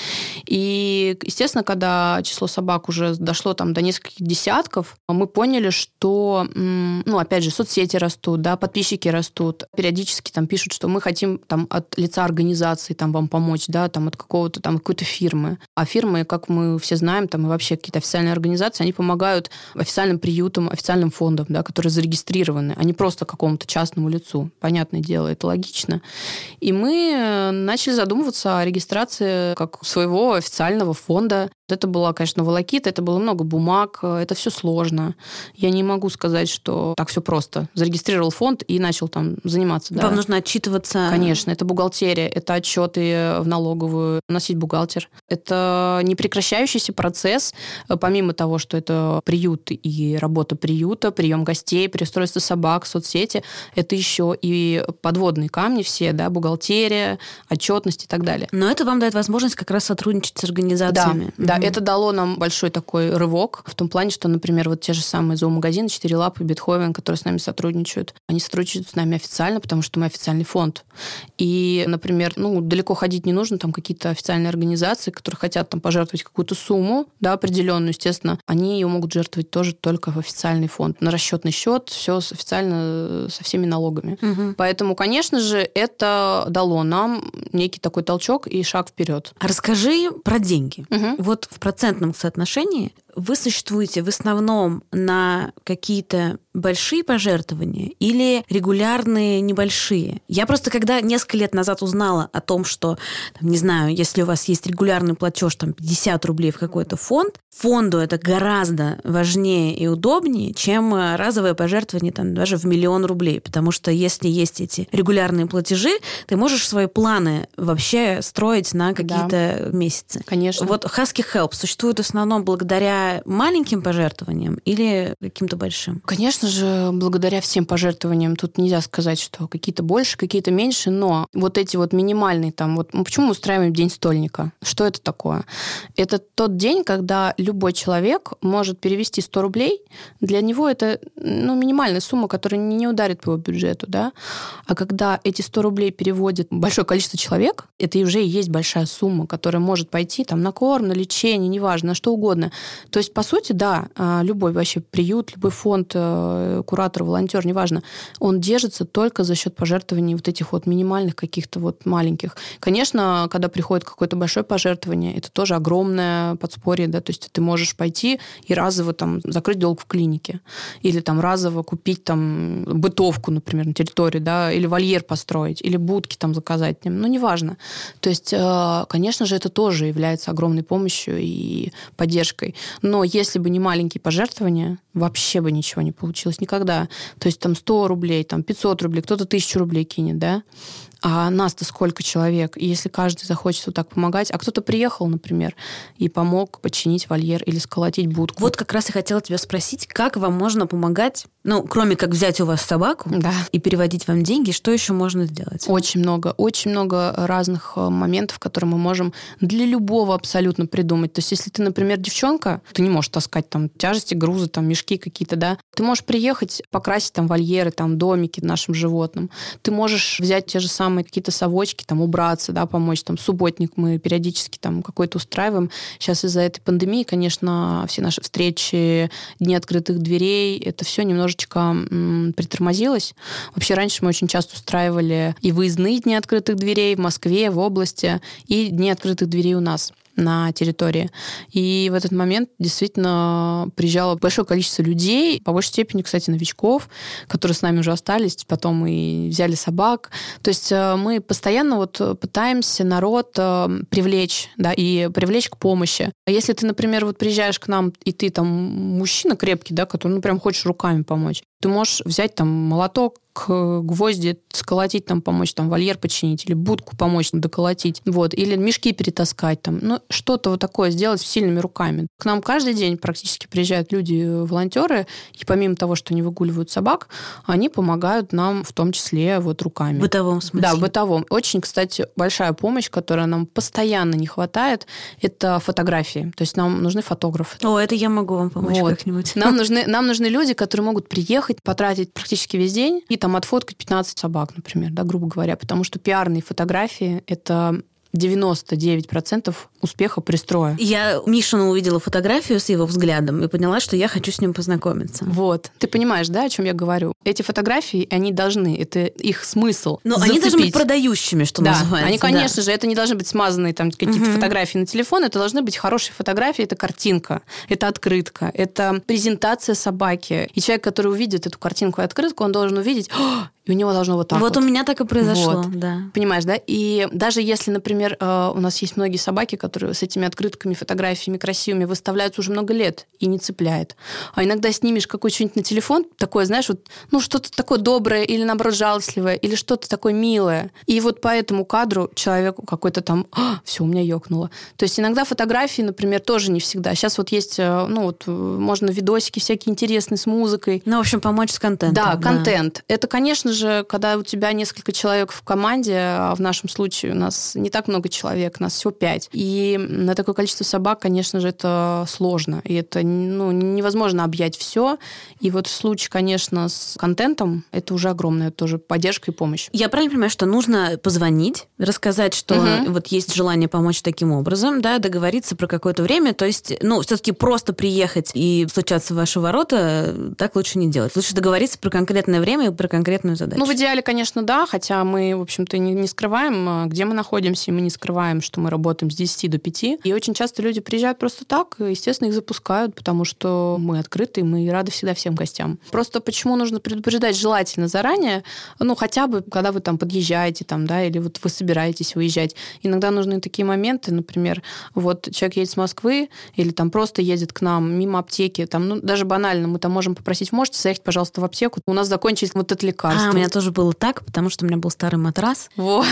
И, естественно, когда число собак уже дошло там до нескольких десятков, мы поняли, что, опять же, соцсети растут, да, подписчики растут, периодически там пишут, что мы хотим там от лица организации там вам помочь, да, там от какого-то там какой-то фирмы. А фирмы, как мы все знаем, там и вообще какие-то официальные организации, они помогают официальным приютам, официальным фондам, да, которые зарегистрированы, а не просто какому-то частному лицу. Понятное дело, это логично. И мы начали задумываться о регистрации как своего официального фонда. Это была, конечно, волокита, это было много бумаг, это все сложно. Я не могу сказать, что так все просто. Зарегистрировал фонд и начал там заниматься. Вам нужно отчитываться? Конечно, это бухгалтерия, это отчеты в налоговую, носить бухгалтер. Это непрекращающийся процесс, помимо того, что это приют и работа приюта, прием гостей, переустройство собак, соцсети, это еще и подводные камни все, да, бухгалтерия, отчетность и так далее. Но это вам дает возможность как раз сотрудничать с организациями. Да, это дало нам большой такой рывок в том плане, что, например, вот те же самые зоомагазины «Четыре лапы», «Бетховен», которые с нами сотрудничают, они сотрудничают с нами официально, потому что мы официальный фонд. И, например, далеко ходить не нужно, там какие-то официальные организации, которые хотят там пожертвовать какую-то сумму, да, определенную, естественно, они ее могут жертвовать тоже только в официальный фонд. На расчетный счет, все официально со всеми налогами. Поэтому, конечно же, это дало нам некий такой толчок и шаг вперед. А расскажи про деньги. Вот в процентном соотношении вы существуете в основном на какие-то большие пожертвования или регулярные небольшие? Я просто, когда несколько лет назад узнала о том, что, не знаю, если у вас есть регулярный платеж, 50 рублей в какой-то фонд, фонду это гораздо важнее и удобнее, чем разовое пожертвование даже в 1 000 000 рублей. Потому что если есть эти регулярные платежи, ты можешь свои планы вообще строить на какие-то месяцы. Конечно. Вот Husky Help существует в основном благодаря маленьким пожертвованиям или каким-то большим? Конечно же, благодаря всем пожертвованиям. Тут нельзя сказать, что какие-то больше, какие-то меньше, но вот эти вот минимальные почему мы устраиваем День стольника? Что это такое? Это тот день, когда любой человек может перевести 100 рублей. Для него это минимальная сумма, которая не ударит по его бюджету, да? А когда эти 100 рублей переводит большое количество человек, это уже и есть большая сумма, которая может пойти на корм, на лечение, неважно, на что угодно. То есть, по сути, да, любой вообще приют, любой фонд, куратор, волонтер, неважно, он держится только за счет пожертвований вот этих вот минимальных каких-то вот маленьких. Конечно, когда приходит какое-то большое пожертвование, это тоже огромное подспорье, да, то есть ты можешь пойти и разово закрыть долг в клинике или разово купить бытовку, например, на территории, да, или вольер построить, или будки заказать, неважно. То есть, конечно же, это тоже является огромной помощью и поддержкой. Но если бы не маленькие пожертвования, вообще бы ничего не получилось никогда. То есть 100 рублей, 500 рублей, кто-то 1000 рублей кинет, да? А нас-то сколько человек? И если каждый захочет вот так помогать, а кто-то приехал, например, и помог починить вольер или сколотить будку. Вот как раз я хотела тебя спросить, как вам можно помогать, кроме как взять у вас собаку и переводить вам деньги, что еще можно сделать? Очень много разных моментов, которые мы можем для любого абсолютно придумать. То есть если ты, например, девчонка, ты не можешь таскать тяжести, грузы, мешки какие-то, да, ты можешь приехать, покрасить вольеры, домики нашим животным. Ты можешь взять те же самые какие-то совочки, убраться, да, помочь. Субботник мы периодически какой-то устраиваем. Сейчас из-за этой пандемии, конечно, все наши встречи, дни открытых дверей, это все немножечко притормозилось. Вообще раньше мы очень часто устраивали и выездные дни открытых дверей в Москве, в области, и дни открытых дверей у нас на территории. И в этот момент действительно приезжало большое количество людей, по большей степени, кстати, новичков, которые с нами уже остались, потом и взяли собак. То есть мы постоянно пытаемся народ привлечь, да, и привлечь к помощи. Если ты, например, приезжаешь к нам, и ты мужчина крепкий, да, который, прям хочешь руками помочь, Ты можешь взять там молоток, гвозди сколотить, там, помочь там вольер починить, или будку помочь доколотить, вот, или мешки перетаскать, там, ну, что-то вот такое сделать сильными руками. К нам каждый день практически приезжают люди-волонтеры, и помимо того, что они выгуливают собак, они помогают нам в том числе вот руками. В бытовом смысле? Да, в бытовом. Очень, кстати, большая помощь, которая нам постоянно не хватает, это фотографии. То есть нам нужны фотографы. О, это я могу вам помочь как-нибудь. Нам нужны люди, которые могут приехать, потратить практически весь день и там отфоткать 15 собак, например, да, грубо говоря, потому что пиарные фотографии — это 99% успеха пристроя. Я Мишину увидела фотографию с его взглядом и поняла, что я хочу с ним познакомиться. Вот. Ты понимаешь, да, о чем я говорю? Эти фотографии, они должны, это их смысл. Но зацепить. Они должны быть продающими, что называется. Они, конечно же, это не должны быть смазанные там какие-то фотографии на телефон, это должны быть хорошие фотографии, это картинка, это открытка, это презентация собаки. И человек, который увидит эту картинку и открытку, он должен увидеть, и у него должно вот так вот. Вот у меня так и произошло, вот. Да. Понимаешь, да? И даже если, например, у нас есть многие собаки, которые с этими открытками, фотографиями красивыми выставляются уже много лет и не цепляет. А иногда снимешь какой-нибудь на телефон, такое, знаешь, вот, ну, что-то такое доброе или, наоборот, жалостливое, или что-то такое милое. И вот по этому кадру человеку какой-то там, все, у меня ёкнуло. То есть иногда фотографии, например, тоже не всегда. Сейчас вот есть, ну, вот можно видосики всякие интересные с музыкой. Ну, в общем, помочь с контентом. Да, контент. Это, конечно же, когда у тебя несколько человек в команде, а в нашем случае у нас не так много человек, нас всего 5. И на такое количество собак, конечно же, это сложно. И это, ну, невозможно объять все. И вот в случае, конечно, с контентом, это уже огромная тоже поддержка и помощь. Я правильно понимаю, что нужно позвонить, рассказать, что вот есть желание помочь таким образом, да, договориться про какое-то время, то есть, ну, все-таки просто приехать и стучаться в ваши ворота, так лучше не делать. Лучше договориться про конкретное время и про конкретную задачу. Ну, в идеале, конечно, да, хотя мы, в общем-то, не скрываем, где мы находимся, и мы не скрываем, что мы работаем с 10 до 5. И очень часто люди приезжают просто так, и, естественно, их запускают, потому что мы открыты, и мы рады всегда всем гостям. Просто почему нужно предупреждать желательно заранее, ну, хотя бы, когда вы там подъезжаете, там, да, или вот вы собираетесь выезжать. Иногда нужны такие моменты, например, вот человек едет с Москвы, или там просто едет к нам мимо аптеки, там, ну, даже банально, мы там можем попросить, можете заехать, пожалуйста, в аптеку, у нас закончилось вот это лекарство. У меня тоже было так, потому что у меня был старый матрас. Вот.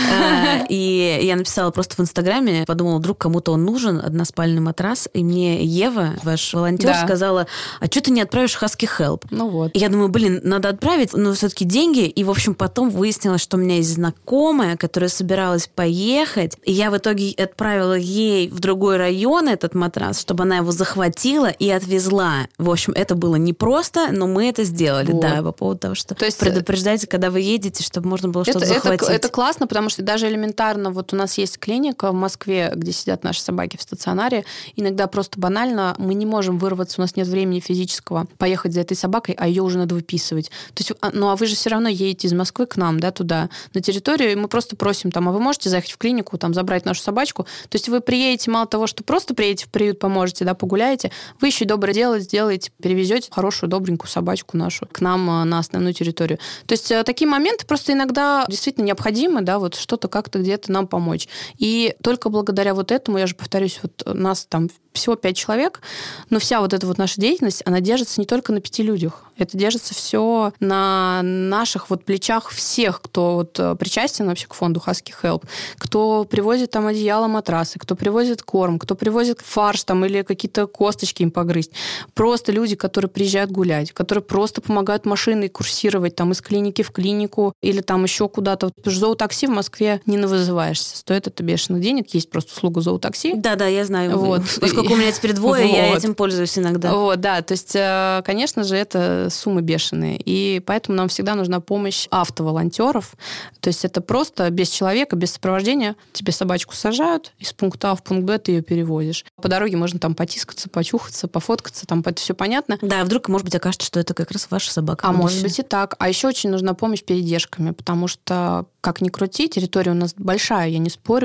И я написала просто в Инстаграме, подумала, вдруг кому-то он нужен, односпальный матрас. И мне Ева, ваш волонтер, сказала, а что ты не отправишь Husky Help? Ну вот. И я думаю, надо отправить, но все-таки деньги. И, в общем, потом выяснилось, что у меня есть знакомая, которая собиралась поехать. И я в итоге отправила ей в другой район этот матрас, чтобы она его захватила и отвезла. В общем, это было непросто, но мы это сделали. Вот. Да, по поводу того, что предупреждайте, когда вы едете, чтобы можно было что-то захватить. Это классно, потому что даже элементарно, вот у нас есть клиника в Москве, где сидят наши собаки в стационаре, иногда просто банально мы не можем вырваться, у нас нет времени физического поехать за этой собакой, а ее уже надо выписывать. То есть, ну а вы же все равно едете из Москвы к нам, да, туда, на территорию, и мы просто просим там, а вы можете заехать в клинику, там, забрать нашу собачку? То есть вы приедете, мало того, что просто приедете в приют, поможете, да, погуляете, вы еще и доброе дело сделаете, перевезете хорошую, добренькую собачку нашу к нам на основную территорию. То есть такие моменты просто иногда действительно необходимы, да, вот что-то как-то где-то нам помочь. И только благодаря вот этому, я же повторюсь, вот нас там всего 5 человек, но вся вот эта вот наша деятельность, она держится не только на 5 людях. Это держится все на наших вот плечах всех, кто вот причастен вообще к фонду Husky Help, кто привозит там одеяло, матрасы, кто привозит корм, кто привозит фарш там или какие-то косточки им погрызть. Просто люди, которые приезжают гулять, которые просто помогают машиной курсировать там из клиники в клинику или там еще куда-то. Потому что зоотакси в Москве не навызываешься. Стоит это бешеных денег. Есть просто услуга зоотакси. Да, я знаю. Вот. Поскольку у меня теперь двое, я этим пользуюсь иногда. Вот, да. То есть, конечно же, это суммы бешеные. И поэтому нам всегда нужна помощь автоволонтеров. То есть это просто без человека, без сопровождения. Тебе собачку сажают, из пункта А в пункт Б ты ее перевозишь. По дороге можно там потискаться, почухаться, пофоткаться, там это все понятно. Да, вдруг, может быть, окажется, что это как раз ваша собака. А может быть и так. А еще очень нужна помощь передержками, потому что, как ни крути, территория у нас большая, я не спорю, там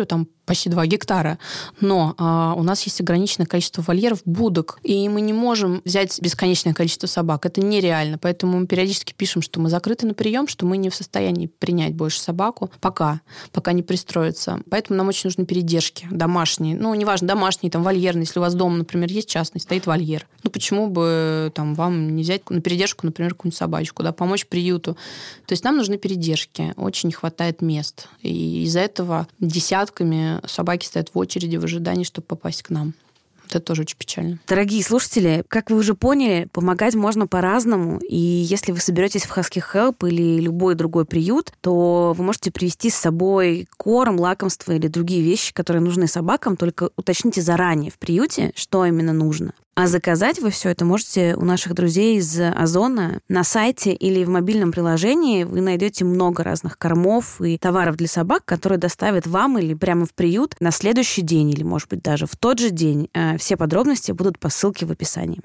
почти 2 гектара. Но у нас есть ограниченное количество вольеров, будок, и мы не можем взять бесконечное количество собак. Это нереально. Поэтому мы периодически пишем, что мы закрыты на прием, что мы не в состоянии принять больше собаку, пока не пристроится. Поэтому нам очень нужны передержки домашние. Ну, неважно, домашние, там, вольерные. Если у вас дома, например, есть частный, стоит вольер. Ну, почему бы там вам не взять на передержку, например, какую-нибудь собачку, да, помочь приюту. То есть нам нужны передержки. Очень не хватает мест. И из-за этого десятками собаки стоят в очереди в ожидании, чтобы попасть к нам. Это тоже очень печально. Дорогие слушатели, как вы уже поняли, помогать можно по-разному. И если вы соберетесь в Husky Help или любой другой приют, то вы можете привезти с собой корм, лакомство или другие вещи, которые нужны собакам. Только уточните заранее в приюте, что именно нужно. А заказать вы все это можете у наших друзей из Озона на сайте или в мобильном приложении. Вы найдете много разных кормов и товаров для собак, которые доставят вам или прямо в приют на следующий день, или, может быть, даже в тот же день. Все подробности будут по ссылке в описании.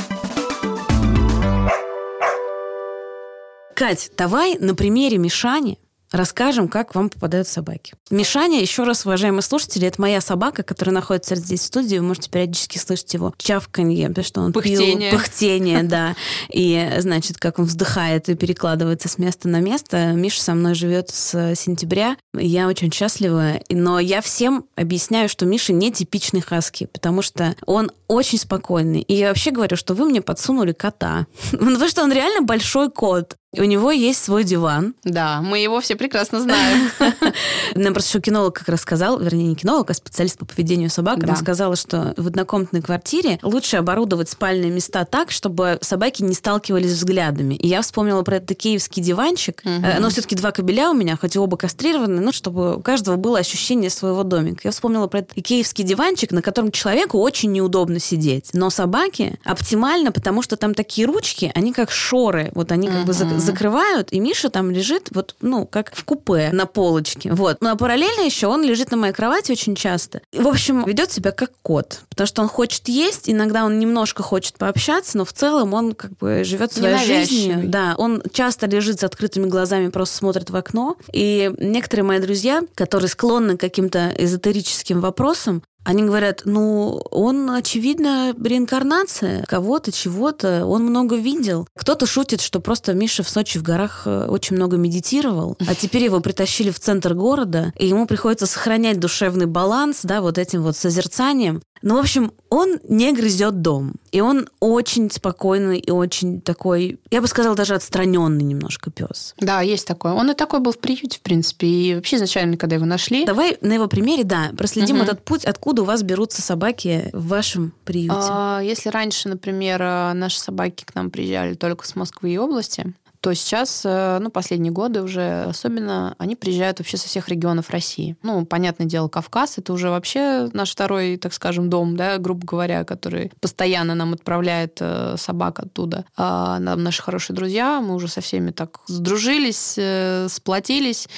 Кать, давай на примере Мишани расскажем, как вам попадают собаки. Мишаня, еще раз, уважаемые слушатели, это моя собака, которая находится здесь в студии. Вы можете периодически слышать его чавканье, потому что он пыхтение, да. И, значит, как он вздыхает и перекладывается с места на место. Миша со мной живет с сентября. Я очень счастлива. Но я всем объясняю, что Миша не типичный хаски, потому что он очень спокойный. И я вообще говорю, что вы мне подсунули кота. Потому что он реально большой кот. У него есть свой диван. Да, мы его все прекрасно знаем. Нам просто еще кинолог как раз сказал, вернее, не кинолог, а специалист по поведению собак, да. Она сказала, что в однокомнатной квартире лучше оборудовать спальные места так, чтобы собаки не сталкивались взглядами. И я вспомнила про этот икеевский диванчик. Но все-таки 2 кобеля у меня, хоть и оба кастрированы, но чтобы у каждого было ощущение своего домика. Я вспомнила про этот икеевский диванчик, на котором человеку очень неудобно сидеть. Но собаке оптимально, потому что там такие ручки, они как шоры. Вот они как бы закрывают, и Миша там лежит вот, ну, как в купе на полочке. Вот. Ну, а параллельно еще он лежит на моей кровати очень часто. В общем, ведет себя как кот, потому что он хочет есть, иногда он немножко хочет пообщаться, но в целом он как бы живет своей жизнью. Да, он часто лежит с открытыми глазами, просто смотрит в окно. И некоторые мои друзья, которые склонны к каким-то эзотерическим вопросам, они говорят, ну, он, очевидно, реинкарнация кого-то, чего-то, он много видел. Кто-то шутит, что просто Миша в Сочи в горах очень много медитировал, а теперь его притащили в центр города, и ему приходится сохранять душевный баланс, да, вот этим вот созерцанием. Ну, в общем, он не грызет дом. И он очень спокойный и очень такой, я бы сказала, даже отстраненный немножко пес. Да, есть такой. Он и такой был в приюте, в принципе. И вообще изначально, когда его нашли... Давай на его примере, да, проследим этот путь, откуда у вас берутся собаки в вашем приюте. Если раньше, например, наши собаки к нам приезжали только с Москвы и области, то сейчас, ну, последние годы уже особенно, они приезжают вообще со всех регионов России. Ну, понятное дело, Кавказ — это уже вообще наш второй, так скажем, дом, да, грубо говоря, который постоянно нам отправляет собак оттуда. А наши хорошие друзья, мы уже со всеми так сдружились, сплотились.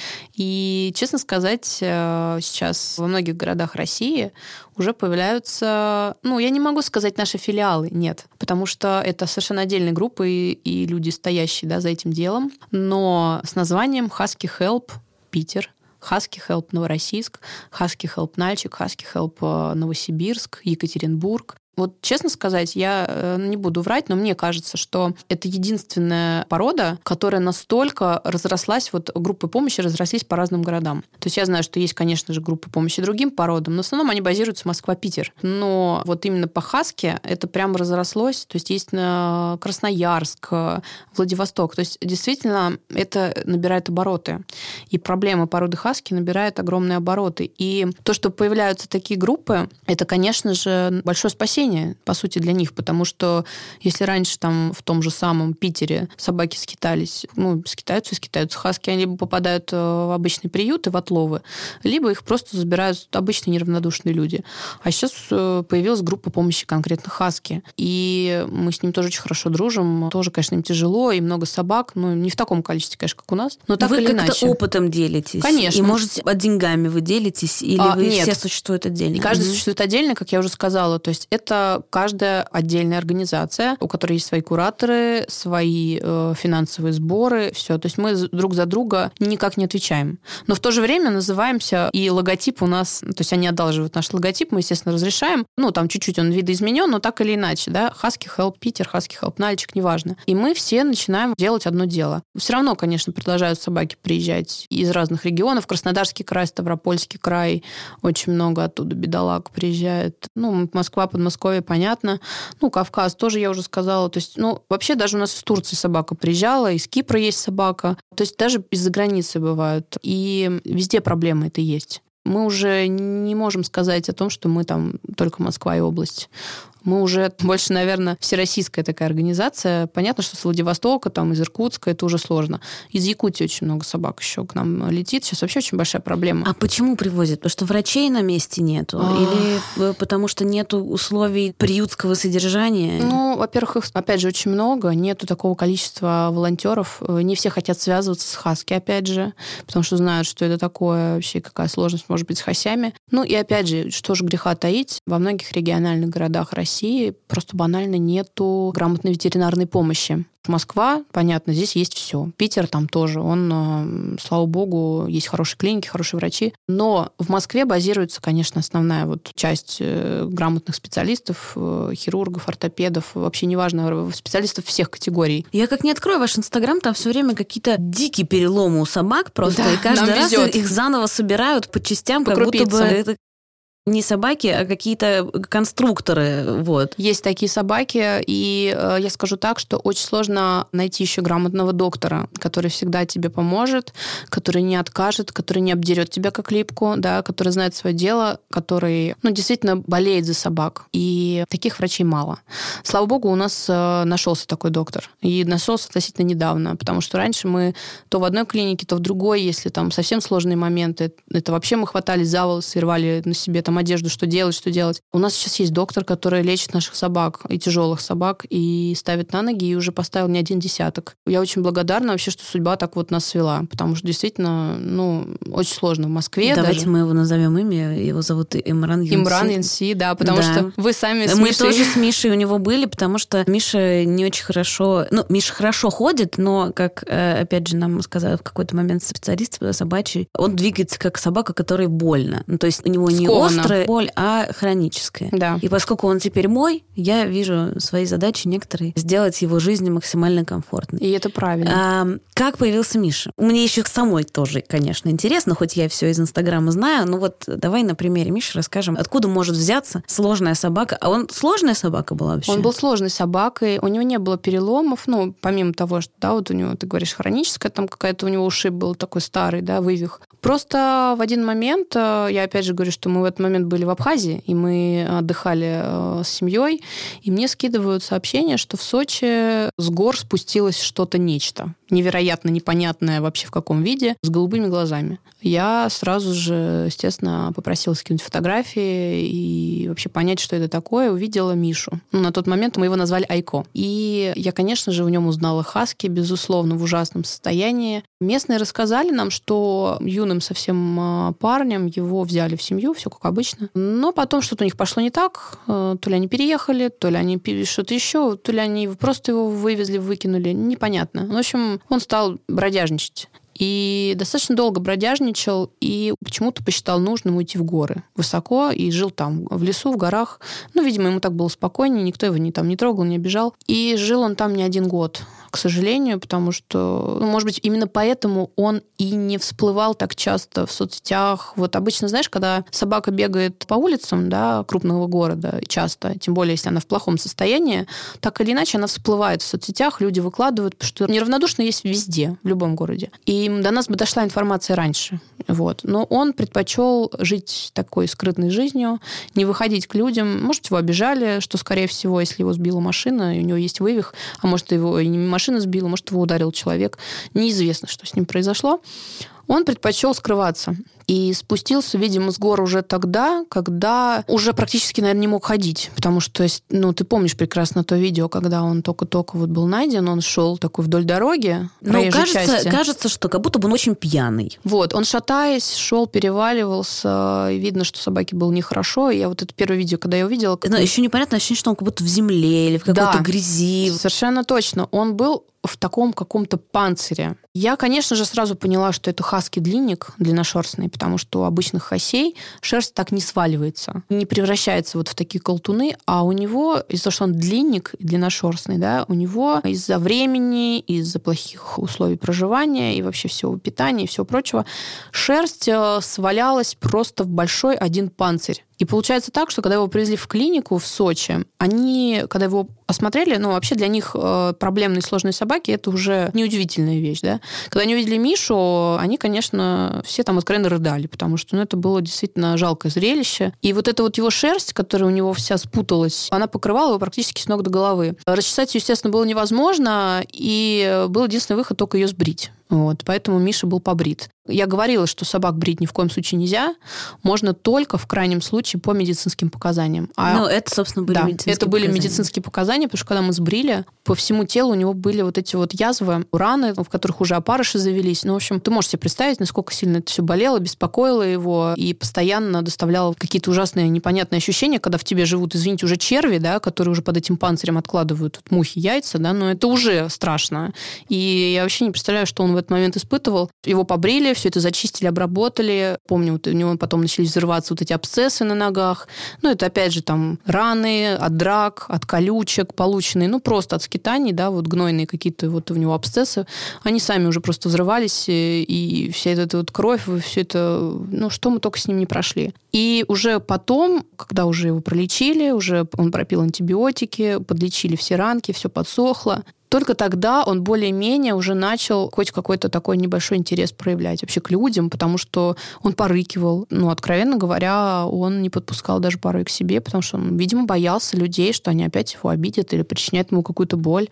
И, честно сказать, сейчас во многих городах России уже появляются, ну, я не могу сказать наши филиалы, нет, потому что это совершенно отдельные группы и люди, стоящие, да, за этим делом, но с названием Husky Help Питер, Husky Help Новороссийск, Husky Help Нальчик, Husky Help Новосибирск, Екатеринбург. Вот, честно сказать, я не буду врать, но мне кажется, что это единственная порода, которая настолько разрослась, вот группы помощи разрослись по разным городам. То есть я знаю, что есть, конечно же, группы помощи другим породам, но в основном они базируются Москва-Питер. Но вот именно по хаске это прям разрослось. То есть есть Красноярск, Владивосток. То есть действительно это набирает обороты. И проблема породы хаски набирает огромные обороты. И то, что появляются такие группы, это, конечно же, большое спасение, по сути, для них, потому что если раньше там в том же самом Питере собаки скитались, ну, скитаются хаски, они либо попадают в обычные приюты, в отловы, либо их просто забирают обычные неравнодушные люди. А сейчас появилась группа помощи конкретно хаски, и мы с ним тоже очень хорошо дружим, тоже, конечно, им тяжело, и много собак, ну, не в таком количестве, конечно, как у нас, но так или иначе. Вы как-то опытом делитесь? Конечно. И, может, деньгами вы делитесь, или вы нет. все существуют отдельно? Каждый существует отдельно, как я уже сказала, то есть это это каждая отдельная организация, у которой есть свои кураторы, свои финансовые сборы, все. То есть мы друг за друга никак не отвечаем. Но в то же время называемся, и логотип у нас, то есть они одалживают наш логотип, мы, естественно, разрешаем. Там чуть-чуть он видоизменен, но так или иначе, да, Husky Help Питер, Husky Help Нальчик, неважно. И мы все начинаем делать одно дело. Все равно, конечно, продолжают собаки приезжать из разных регионов. Краснодарский край, Ставропольский край, очень много оттуда бедолаг приезжает. Москва, Подмосковье, понятно. Кавказ тоже, я уже сказала. То есть, вообще даже у нас из Турции собака приезжала, из Кипра есть собака. То есть даже из-за границы бывают. И везде проблемы это есть. Мы уже не можем сказать о том, что мы там только Москва и область. Мы уже больше, наверное, всероссийская такая организация. Понятно, что с Владивостока, из Иркутска это уже сложно. Из Якутии очень много собак еще к нам летит. Сейчас вообще очень большая проблема. А почему привозят? Потому что врачей на месте нету? Или потому что нету условий приютского содержания? Во-первых, их, опять же, очень много. Нету такого количества волонтеров. Не все хотят связываться с Хаски, опять же, потому что знают, что это такое, вообще какая сложность может быть с хасями. И опять же, что же греха таить, во многих региональных городах России просто банально нету грамотной ветеринарной помощи. Москва, понятно, здесь есть все. Питер там тоже. Слава богу, есть хорошие клиники, хорошие врачи. Но в Москве базируется, конечно, основная часть грамотных специалистов, хирургов, ортопедов, вообще неважно, специалистов всех категорий. Я как не открою ваш Инстаграм, там все время какие-то дикие переломы у собак просто. Да, и каждый раз их заново собирают по частям, как будто бы это не собаки, а какие-то конструкторы. Есть такие собаки, и я скажу так, что очень сложно найти еще грамотного доктора, который всегда тебе поможет, который не откажет, который не обдерет тебя как липку, да, который знает свое дело, который действительно болеет за собак. И таких врачей мало. Слава богу, у нас нашелся такой доктор. И нашелся относительно недавно, потому что раньше мы то в одной клинике, то в другой, если там совсем сложные моменты, это вообще мы хватались за волосы и рвали на себе одежду, что делать. У нас сейчас есть доктор, который лечит наших собак, и тяжелых собак, и ставит на ноги, и уже поставил не один десяток. Я очень благодарна вообще, что судьба так нас свела, потому что действительно, очень сложно в Москве. Давайте мы его назовем имя, его зовут Имран Юнси. Имран Юнси, да, потому что вы сами с Мишей... Мы тоже с Мишей у него были, потому что Миша не очень хорошо... Миша хорошо ходит, но, как, опять же, нам сказал в какой-то момент специалист собачий, он двигается как собака, которой больно. То есть у него не острая боль, а хроническая. Да. И поскольку он теперь мой, я вижу свои задачи некоторые сделать его жизнь максимально комфортной. И это правильно. Как появился Миша? Мне еще самой тоже, конечно, интересно, хоть я все из Инстаграма знаю, но давай на примере Миши расскажем, откуда может взяться сложная собака. А он сложная собака была вообще? Он был сложной собакой, у него не было переломов, помимо того, что, у него, ты говоришь, хроническая, там какая-то у него ушиб был такой старый, вывих. Просто в один момент, я опять же говорю, что мы в этот момент были в Абхазии, и мы отдыхали с семьей, и мне скидывают сообщение, что в Сочи с гор спустилось нечто невероятно непонятное вообще в каком виде, с голубыми глазами. Я сразу же, естественно, попросила скинуть фотографии и вообще понять, что это такое. Увидела Мишу. На тот момент мы его назвали Айко. И я, конечно же, в нем узнала хаски, безусловно, в ужасном состоянии. Местные рассказали нам, что юным совсем парнем его взяли в семью, все как обычно. Но потом что-то у них пошло не так. То ли они переехали, то ли они что-то еще, то ли они просто его вывезли, выкинули. Непонятно. В общем, он стал бродяжничать. И достаточно долго бродяжничал, и почему-то посчитал нужным уйти в горы высоко, и жил там, в лесу, в горах. Видимо, ему так было спокойнее, никто его не трогал, не обижал. И жил он там не один год, к сожалению, потому что, может быть, именно поэтому он и не всплывал так часто в соцсетях. Обычно, знаешь, когда собака бегает по улицам, крупного города, часто, тем более, если она в плохом состоянии, так или иначе она всплывает в соцсетях, люди выкладывают, потому что неравнодушно есть везде, в любом городе. И до нас бы дошла информация раньше. Но он предпочел жить такой скрытной жизнью, не выходить к людям. Может, его обижали, что, скорее всего, если его сбила машина, и у него есть вывих, а может, его и не машина сбила, может, его ударил человек. Неизвестно, что с ним произошло. Он предпочел скрываться. И спустился, видимо, с гор уже тогда, когда уже практически, наверное, не мог ходить. Потому что, ты помнишь прекрасно то видео, когда он только-только был найден, он шел такой вдоль дороги. Кажется, что как будто бы он очень пьяный. Вот, он, шатаясь, шел, переваливался, и видно, что собаке было нехорошо. И я вот это первое видео, когда я увидела... Но еще непонятно ощущение, что он как будто в земле или в какой-то грязи. Совершенно точно. Он был в таком каком-то панцире. Я, конечно же, сразу поняла, что это хаски-длинник длинношерстный, потому что у обычных хасей шерсть так не сваливается, не превращается вот в такие колтуны, а у него, из-за того, что он длинник длинношерстный, да, у него из-за времени, из-за плохих условий проживания и вообще всего питания и всего прочего, шерсть свалялась просто в большой один панцирь. И получается так, что когда его привезли в клинику в Сочи, они, когда его осмотрели, вообще для них проблемные сложные собаки, это уже неудивительная вещь, да. Когда они увидели Мишу, они, конечно, все там откровенно рыдали, потому что, это было действительно жалкое зрелище. И вот эта вот его шерсть, которая у него вся спуталась, она покрывала его практически с ног до головы. Расчесать ее, естественно, было невозможно, и был единственный выход только ее сбрить. Вот, поэтому Миша был побрит. Я говорила, что собак брить ни в коем случае нельзя, можно только в крайнем случае по медицинским показаниям. Это, собственно, были медицинские показания. Это были медицинские показания, потому что когда мы сбрили, по всему телу у него были вот эти вот язвы, раны, в которых уже опарыши завелись. В общем, ты можешь себе представить, насколько сильно это все болело, беспокоило его и постоянно доставляло какие-то ужасные непонятные ощущения, когда в тебе живут, извините, уже черви, да, которые уже под этим панцирем откладывают мухи, яйца, да, но это уже страшно. И я вообще не представляю, что он в этот момент испытывал. Его побрили, все это зачистили, обработали. Помню, у него потом начали взрываться вот эти абсцессы на ногах. Это, опять же, там раны от драк, от колючек полученные, просто от скитаний, да, вот гнойные какие-то вот у него абсцессы. Они сами уже просто взрывались, и вся эта вот кровь, все это, что мы только с ним не прошли. И уже потом, когда уже его пролечили, уже он пропил антибиотики, подлечили все ранки, все подсохло, только тогда он более-менее уже начал хоть какой-то такой небольшой интерес проявлять вообще к людям, потому что он порыкивал. Откровенно говоря, он не подпускал даже порой к себе, потому что он, видимо, боялся людей, что они опять его обидят или причинят ему какую-то боль.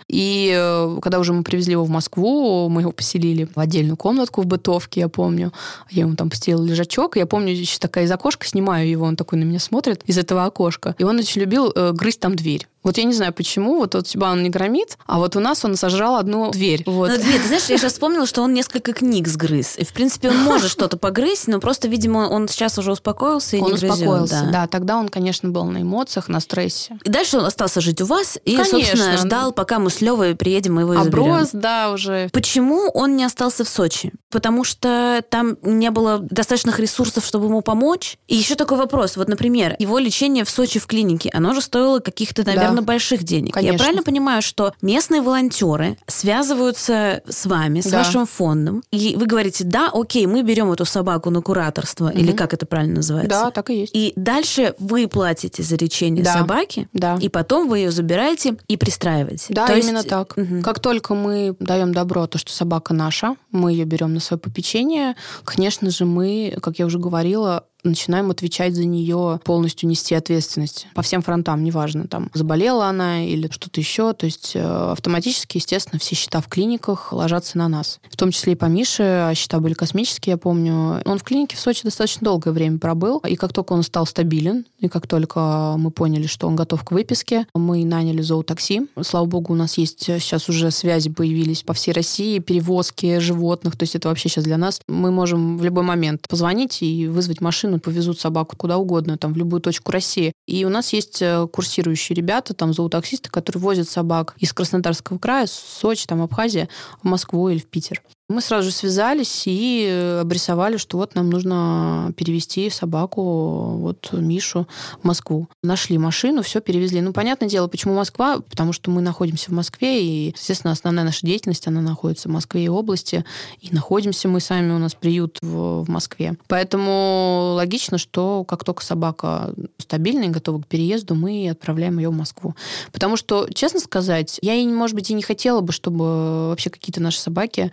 И когда уже мы привезли его в Москву, мы его поселили в отдельную комнатку в бытовке, я помню. Я ему там постелила лежачок. Я помню, еще такая из окошка снимаю его, он такой на меня смотрит из этого окошка. И он очень любил грызть там дверь. Вот я не знаю, почему, вот у тебя он не громит, а вот у нас он сожрал одну дверь. Вот. Дверь, ты знаешь, я сейчас вспомнила, что он несколько книг сгрыз. И, в принципе, он может что-то погрызть, но просто, видимо, он сейчас уже успокоился и не грызет. Он успокоился, да. Тогда он, конечно, был на эмоциях, на стрессе. И дальше он остался жить у вас и, собственно, ждал, пока мы с Левой приедем и его заберем. Оброс, да, уже. Почему он не остался в Сочи? Потому что там не было достаточных ресурсов, чтобы ему помочь. И еще такой вопрос. Вот, например, его лечение в Сочи в клинике, оно же стоило каких-то, наверное, больших денег. Конечно. Я правильно понимаю, что местные волонтеры связываются с вами, с вашим фондом, и вы говорите, да, окей, мы берем эту собаку на кураторство, или как это правильно называется? Да, так и есть. И дальше вы платите за лечение собаки, и потом вы ее забираете и пристраиваете. Да, то именно так. Как только мы даем добро, то, что собака наша, мы ее берем на свое попечение, конечно же, мы, как я уже говорила, начинаем отвечать за нее, полностью нести ответственность по всем фронтам, неважно, там, заболела она или что-то еще. То есть автоматически, естественно, все счета в клиниках ложатся на нас. В том числе и по Мише, а счета были космические, я помню. Он в клинике в Сочи достаточно долгое время пробыл, и как только он стал стабилен, и как только мы поняли, что он готов к выписке, мы наняли зоотакси. Слава богу, у нас есть сейчас уже связи появились по всей России, перевозки животных, то есть это вообще сейчас для нас. Мы можем в любой момент позвонить и вызвать машину, повезут собаку куда угодно, там, в любую точку России. И у нас есть курсирующие ребята, там, зоотаксисты, которые возят собак из Краснодарского края, Сочи, там, Абхазия, в Москву или в Питер. Мы сразу же связались и обрисовали, что вот нам нужно перевезти собаку, вот Мишу, в Москву. Нашли машину, все перевезли. Понятное дело, почему Москва? Потому что мы находимся в Москве, и, естественно, основная наша деятельность, она находится в Москве и области, и находимся мы сами, у нас приют в Москве. Поэтому логично, что как только собака стабильная и готова к переезду, мы отправляем ее в Москву. Потому что, честно сказать, я, может быть, и не хотела бы, чтобы вообще какие-то наши собаки пристраивались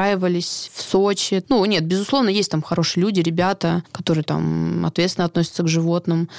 пристраивались в Сочи. Ну, нет, безусловно, есть там хорошие люди, ребята, которые там ответственно относятся к животным,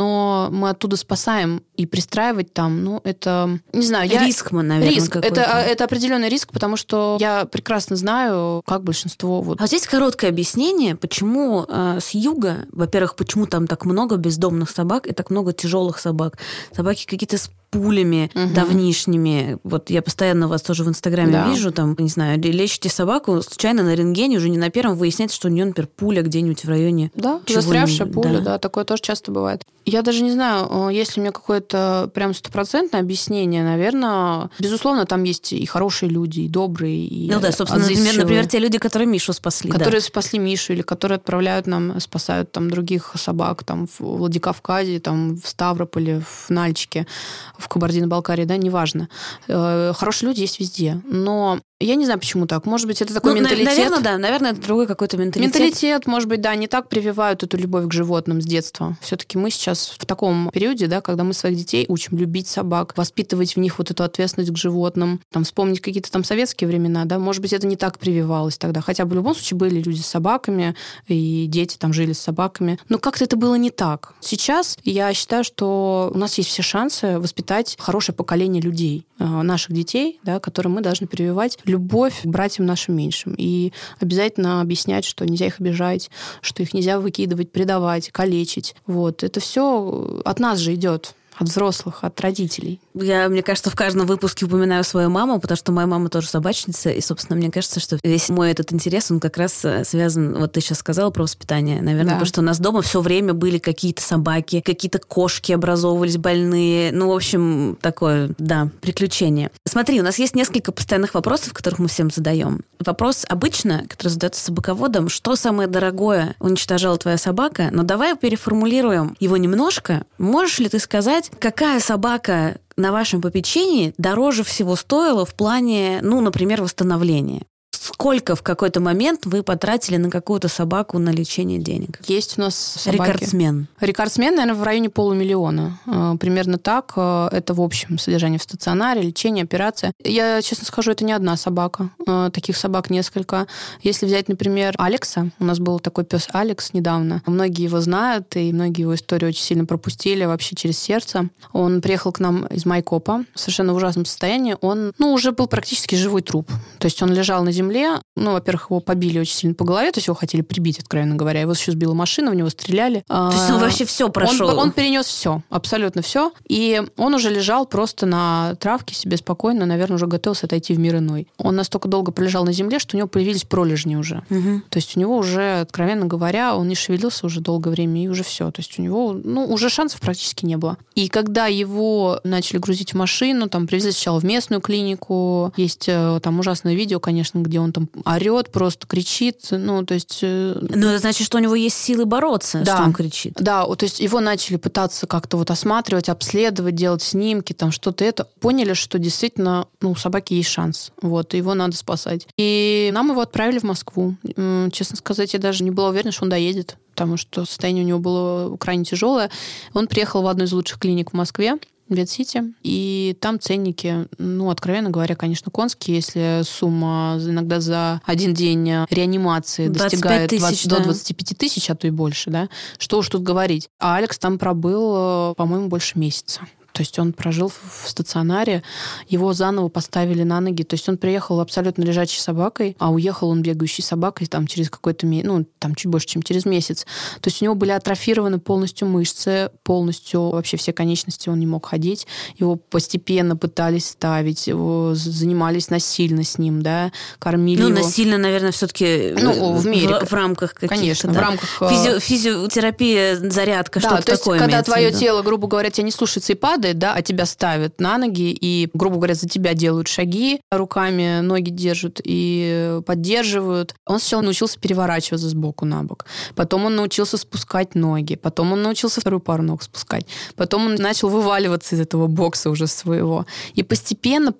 но мы оттуда спасаем, и пристраивать там, ну, это... Не знаю, Риск, наверное, риск. какой-то. Это определенный риск, потому что я прекрасно знаю, как большинство... Вот... А здесь короткое объяснение, почему с юга, во-первых, почему там так много бездомных собак и так много тяжелых собак. Собаки какие-то с пулями давнишними. Вот я постоянно вас тоже в Инстаграме вижу, там, не знаю, лечите собаку, случайно на рентгене, уже не на первом, выясняется, что у нее, например, пуля где-нибудь в районе. Да, застрявшая пуля, да, такое тоже часто бывает. Я даже не знаю, есть ли у меня какое-то прям стопроцентное объяснение. Наверное, безусловно, там есть и хорошие люди, и добрые, и ну да, собственно, например, те люди, которые Мишу спасли. Которые спасли Мишу, или которые отправляют нам, спасают там других собак там в Владикавказе, там в Ставрополе, в Нальчике, в Кабардино-Балкарии, да, неважно. Хорошие люди есть везде. Но я не знаю, почему так. Может быть, это такой менталитет. Наверное, да. Наверное, это другой какой-то менталитет. Менталитет, может быть, да, не так прививают эту любовь к животным с детства. Все-таки мы сейчас в таком периоде, да, когда мы своих детей учим любить собак, воспитывать в них вот эту ответственность к животным, там, вспомнить какие-то там советские времена, да, может быть, это не так прививалось тогда. Хотя в любом случае были люди с собаками, и дети там жили с собаками. Но как-то это было не так. Сейчас я считаю, что у нас есть все шансы воспитать хорошее поколение людей, наших детей, да, которым мы должны прививать любовь к братьям нашим меньшим. И обязательно объяснять, что нельзя их обижать, что их нельзя выкидывать, предавать, калечить. Вот. Это все от нас же идет. От взрослых, от родителей. Я, мне кажется, в каждом выпуске упоминаю свою маму, потому что моя мама тоже собачница, и, собственно, мне кажется, что весь мой этот интерес, он как раз связан, вот ты сейчас сказала про воспитание, наверное, потому что у нас дома все время были какие-то собаки, какие-то кошки образовывались больные, ну, в общем, такое, да, приключение. Смотри, у нас есть несколько постоянных вопросов, которых мы всем задаем. Вопрос обычно, который задается собаководам, что самое дорогое уничтожала твоя собака, но давай переформулируем его немножко. Можешь ли ты сказать, какая собака на вашем попечении дороже всего стоила в плане, ну, например, восстановления? Сколько в какой-то момент вы потратили на какую-то собаку на лечение денег? Есть у нас собаки. Рекордсмен. Рекордсмен, наверное, в районе $500 000. Примерно так. Это в общем содержание в стационаре, лечение, операция. Я, честно скажу, это не одна собака. Таких собак несколько. Если взять, например, Алекса. У нас был такой пес Алекс недавно. Многие его знают, и многие его историю очень сильно пропустили вообще через сердце. Он приехал к нам из Майкопа в совершенно ужасном состоянии. Он, уже был практически живой труп. То есть он лежал на земле. Во-первых, его побили очень сильно по голове, то есть его хотели прибить, откровенно говоря. Его еще сбила машина, в него стреляли. То есть он вообще все прошел? Он перенес все, абсолютно все. И он уже лежал просто на травке себе спокойно, наверное, уже готовился отойти в мир иной. Он настолько долго пролежал на земле, что у него появились пролежни уже. Угу. То есть у него уже, откровенно говоря, он не шевелился уже долгое время, и уже все. То есть у него, уже шансов практически не было. И когда его начали грузить в машину, там привезли сначала в местную клинику, есть там ужасное видео, конечно, где он там орет, просто кричит, то есть... это значит, что у него есть силы бороться, да, что он кричит. Да, то есть его начали пытаться как-то осматривать, обследовать, делать снимки, там что-то это. Поняли, что действительно, у собаки есть шанс, и его надо спасать. И нам его отправили в Москву. Честно сказать, я даже не была уверена, что он доедет, потому что состояние у него было крайне тяжелое. Он приехал в одну из лучших клиник в Москве, Ветсити, и там ценники, откровенно говоря, конечно, конские, если сумма иногда за один день реанимации достигает 20 до 25 тысяч, а то и больше, да, что уж тут говорить. А Алекс там пробыл, по-моему, больше месяца. То есть он прожил в стационаре, его заново поставили на ноги. То есть он приехал абсолютно лежачей собакой, а уехал он бегающей собакой там через какой-то, там чуть больше, чем через месяц. То есть у него были атрофированы полностью мышцы, полностью вообще все конечности, он не мог ходить. Его постепенно пытались ставить, его занимались насильно с ним, да, кормили его. Насильно, наверное, все-таки в мире. В рамках каких-то. Конечно, да. В рамках... Физиотерапия, зарядка, да, что-то то есть, такое. Когда твое тело, грубо говоря, тебя не слушается и падает, да, а тебя ставят на ноги и, грубо говоря, за тебя делают шаги, руками ноги держат и поддерживают. Он сначала научился переворачиваться сбоку на бок. Потом он научился спускать ноги. Потом он научился вторую пару ног спускать. Потом он начал вываливаться из этого бокса уже своего. И постепенно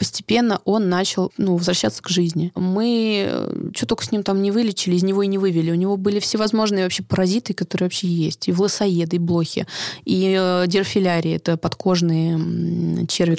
он начал возвращаться к жизни. Мы что только с ним там не вылечили, из него и не вывели. У него были всевозможные вообще паразиты, которые вообще есть. И власоеды, и блохи, и дерфилярии, это подкожные разные черви,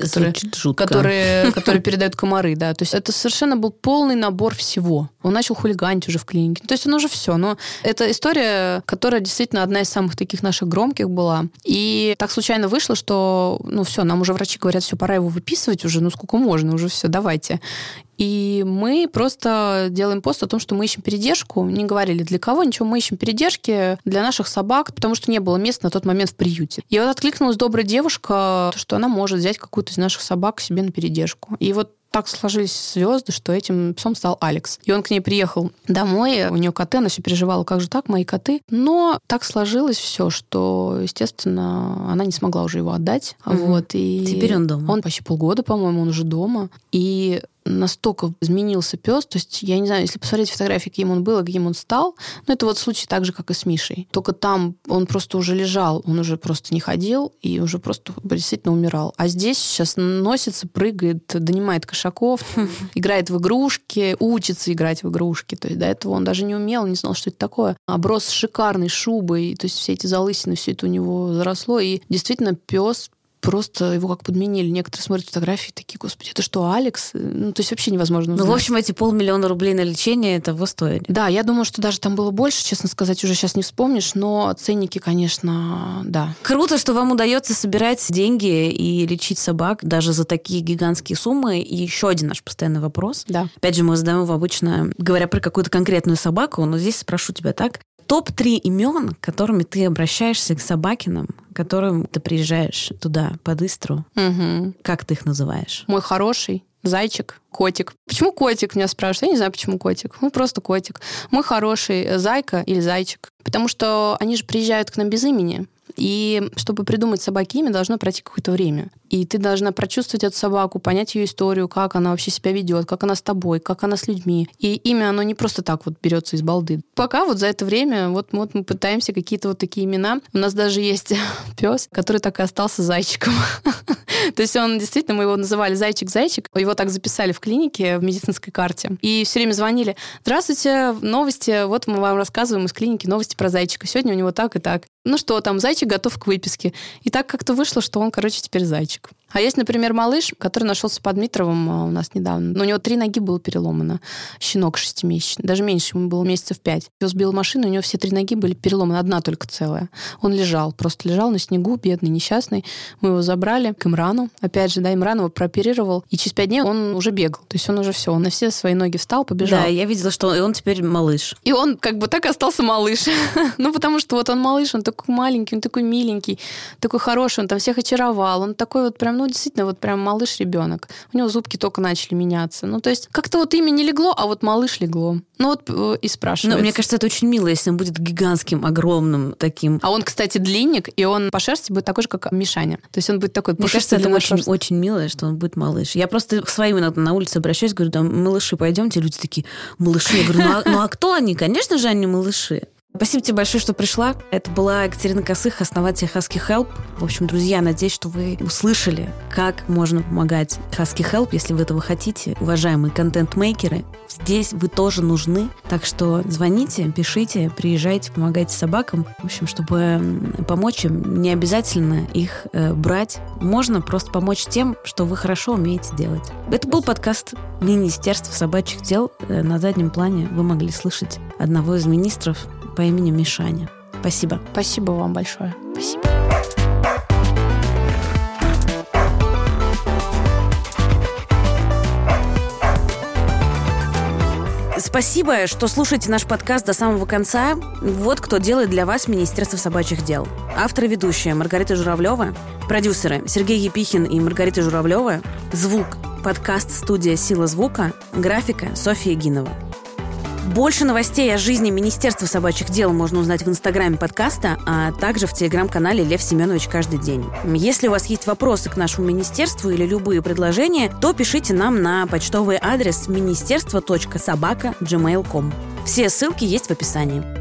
которые передают комары, да. То есть это совершенно был полный набор всего. Он начал хулиганить уже в клинике. То есть он уже все. Но это история, которая действительно одна из самых таких наших громких была. И так случайно вышло, что, все, нам уже врачи говорят, все, пора его выписывать уже, сколько можно, уже все, давайте. И мы просто делаем пост о том, что мы ищем передержку. Не говорили для кого, ничего. Мы ищем передержки для наших собак, потому что не было места на тот момент в приюте. И вот откликнулась добрая девушка, что она может взять какую-то из наших собак себе на передержку. И вот так сложились звезды, что этим псом стал Алекс. И он к ней приехал домой, у нее коты, она все переживала, как же так, мои коты. Но так сложилось все, что, естественно, она не смогла уже его отдать. Вот, и теперь он дома. Он почти полгода, по-моему, он уже дома. И настолько изменился пес, то есть, я не знаю, если посмотреть фотографии, каким он был, а каким он стал, это вот случай так же, как и с Мишей. Только там он просто уже лежал, он уже просто не ходил и уже просто действительно умирал. А здесь сейчас носится, прыгает, донимает кошаков, играет в игрушки, учится играть в игрушки. То есть до этого он даже не умел, не знал, что это такое. Оброс шикарной шубой, то есть все эти залысины, все это у него заросло. И действительно пес просто его как подменили. Некоторые смотрят фотографии такие, господи, это что, Алекс? То есть вообще невозможно узнать. В общем, эти 500 000 рублей на лечение этого стоили. Да, я думаю, что даже там было больше, честно сказать, уже сейчас не вспомнишь, но ценники, конечно, да. Круто, что вам удается собирать деньги и лечить собак даже за такие гигантские суммы. И еще один наш постоянный вопрос. Да. Опять же, мы задаем его обычно, говоря про какую-то конкретную собаку, но здесь спрошу тебя так. Топ-3 имен, которыми ты обращаешься к собакинам, которым ты приезжаешь туда, под Истру. Угу. Как ты их называешь? Мой хороший, зайчик, котик. Почему котик, меня спрашивают? Я не знаю, почему котик. Просто котик. Мой хороший, зайка или зайчик. Потому что они же приезжают к нам без имени. И чтобы придумать собаке имя, должно пройти какое-то время. И ты должна прочувствовать эту собаку, понять ее историю, как она вообще себя ведет, как она с тобой, как она с людьми. И имя, оно не просто так вот берется из балды. Пока вот за это время вот мы пытаемся какие-то вот такие имена. У нас даже есть пес, который так и остался зайчиком. То есть он действительно, мы его называли зайчик-зайчик. Его так записали в клинике, в медицинской карте. И все время звонили: здравствуйте, новости, вот мы вам рассказываем из клиники новости про зайчика. Сегодня у него так и так. Ну что, там зайчик готов к выписке. И так как-то вышло, что он, теперь зайчик. А есть, например, малыш, который нашелся под Дмитровым у нас недавно. Но у него 3 ноги было переломано. Щенок 6-месячный. Даже меньше, ему было месяцев 5. Его сбил машину, у него все 3 ноги были переломаны. Одна только целая. Он просто лежал на снегу, бедный, несчастный. Мы его забрали к Имрану. Опять же, Имран его прооперировал. И через 5 дней он уже бегал. То есть он уже все, он на все свои ноги встал, побежал. Да, я видела, что он теперь малыш. И он так остался малыш. Потому что вот он малыш, он такой маленький, он такой миленький, такой хороший, он там всех очаровал. Он такой вот прям, действительно, вот прям малыш-ребенок. У него зубки только начали меняться. То есть как-то вот имя не легло, а вот малыш легло. И спрашивается. Но мне кажется, это очень мило, если он будет гигантским, огромным таким. А он, кстати, длинник, и он по шерсти будет такой же, как Мишаня. То есть он будет такой пушистый. Мне кажется, это очень мило, что он будет малыш. Я просто к своим иногда на улице обращаюсь, говорю, малыши, пойдемте. Люди такие, малыши. Я говорю, а кто они? Конечно же, они малыши. Спасибо тебе большое, что пришла. Это была Екатерина Косых, основатель Husky Help. В общем, друзья, надеюсь, что вы услышали, как можно помогать Husky Help, если вы этого хотите. Уважаемые контент-мейкеры, здесь вы тоже нужны. Так что звоните, пишите, приезжайте, помогайте собакам. В общем, чтобы помочь им, не обязательно их брать. Можно просто помочь тем, что вы хорошо умеете делать. Это был подкаст Министерства собачьих дел. На заднем плане вы могли слышать одного из министров по имени Мишаня. Спасибо. Спасибо вам большое. Спасибо. Спасибо, что слушаете наш подкаст до самого конца. Вот кто делает для вас Министерство собачьих дел. Автор и ведущая Маргарита Журавлева, продюсеры Сергей Епихин и Маргарита Журавлева, звук, подкаст, студия «Сила звука», графика Софья Егинова. Больше новостей о жизни Министерства собачьих дел можно узнать в инстаграме подкаста, а также в телеграм-канале Лев Семенович каждый день. Если у вас есть вопросы к нашему министерству или любые предложения, то пишите нам на почтовый адрес ministерство.sobaka@gmail.com. Все ссылки есть в описании.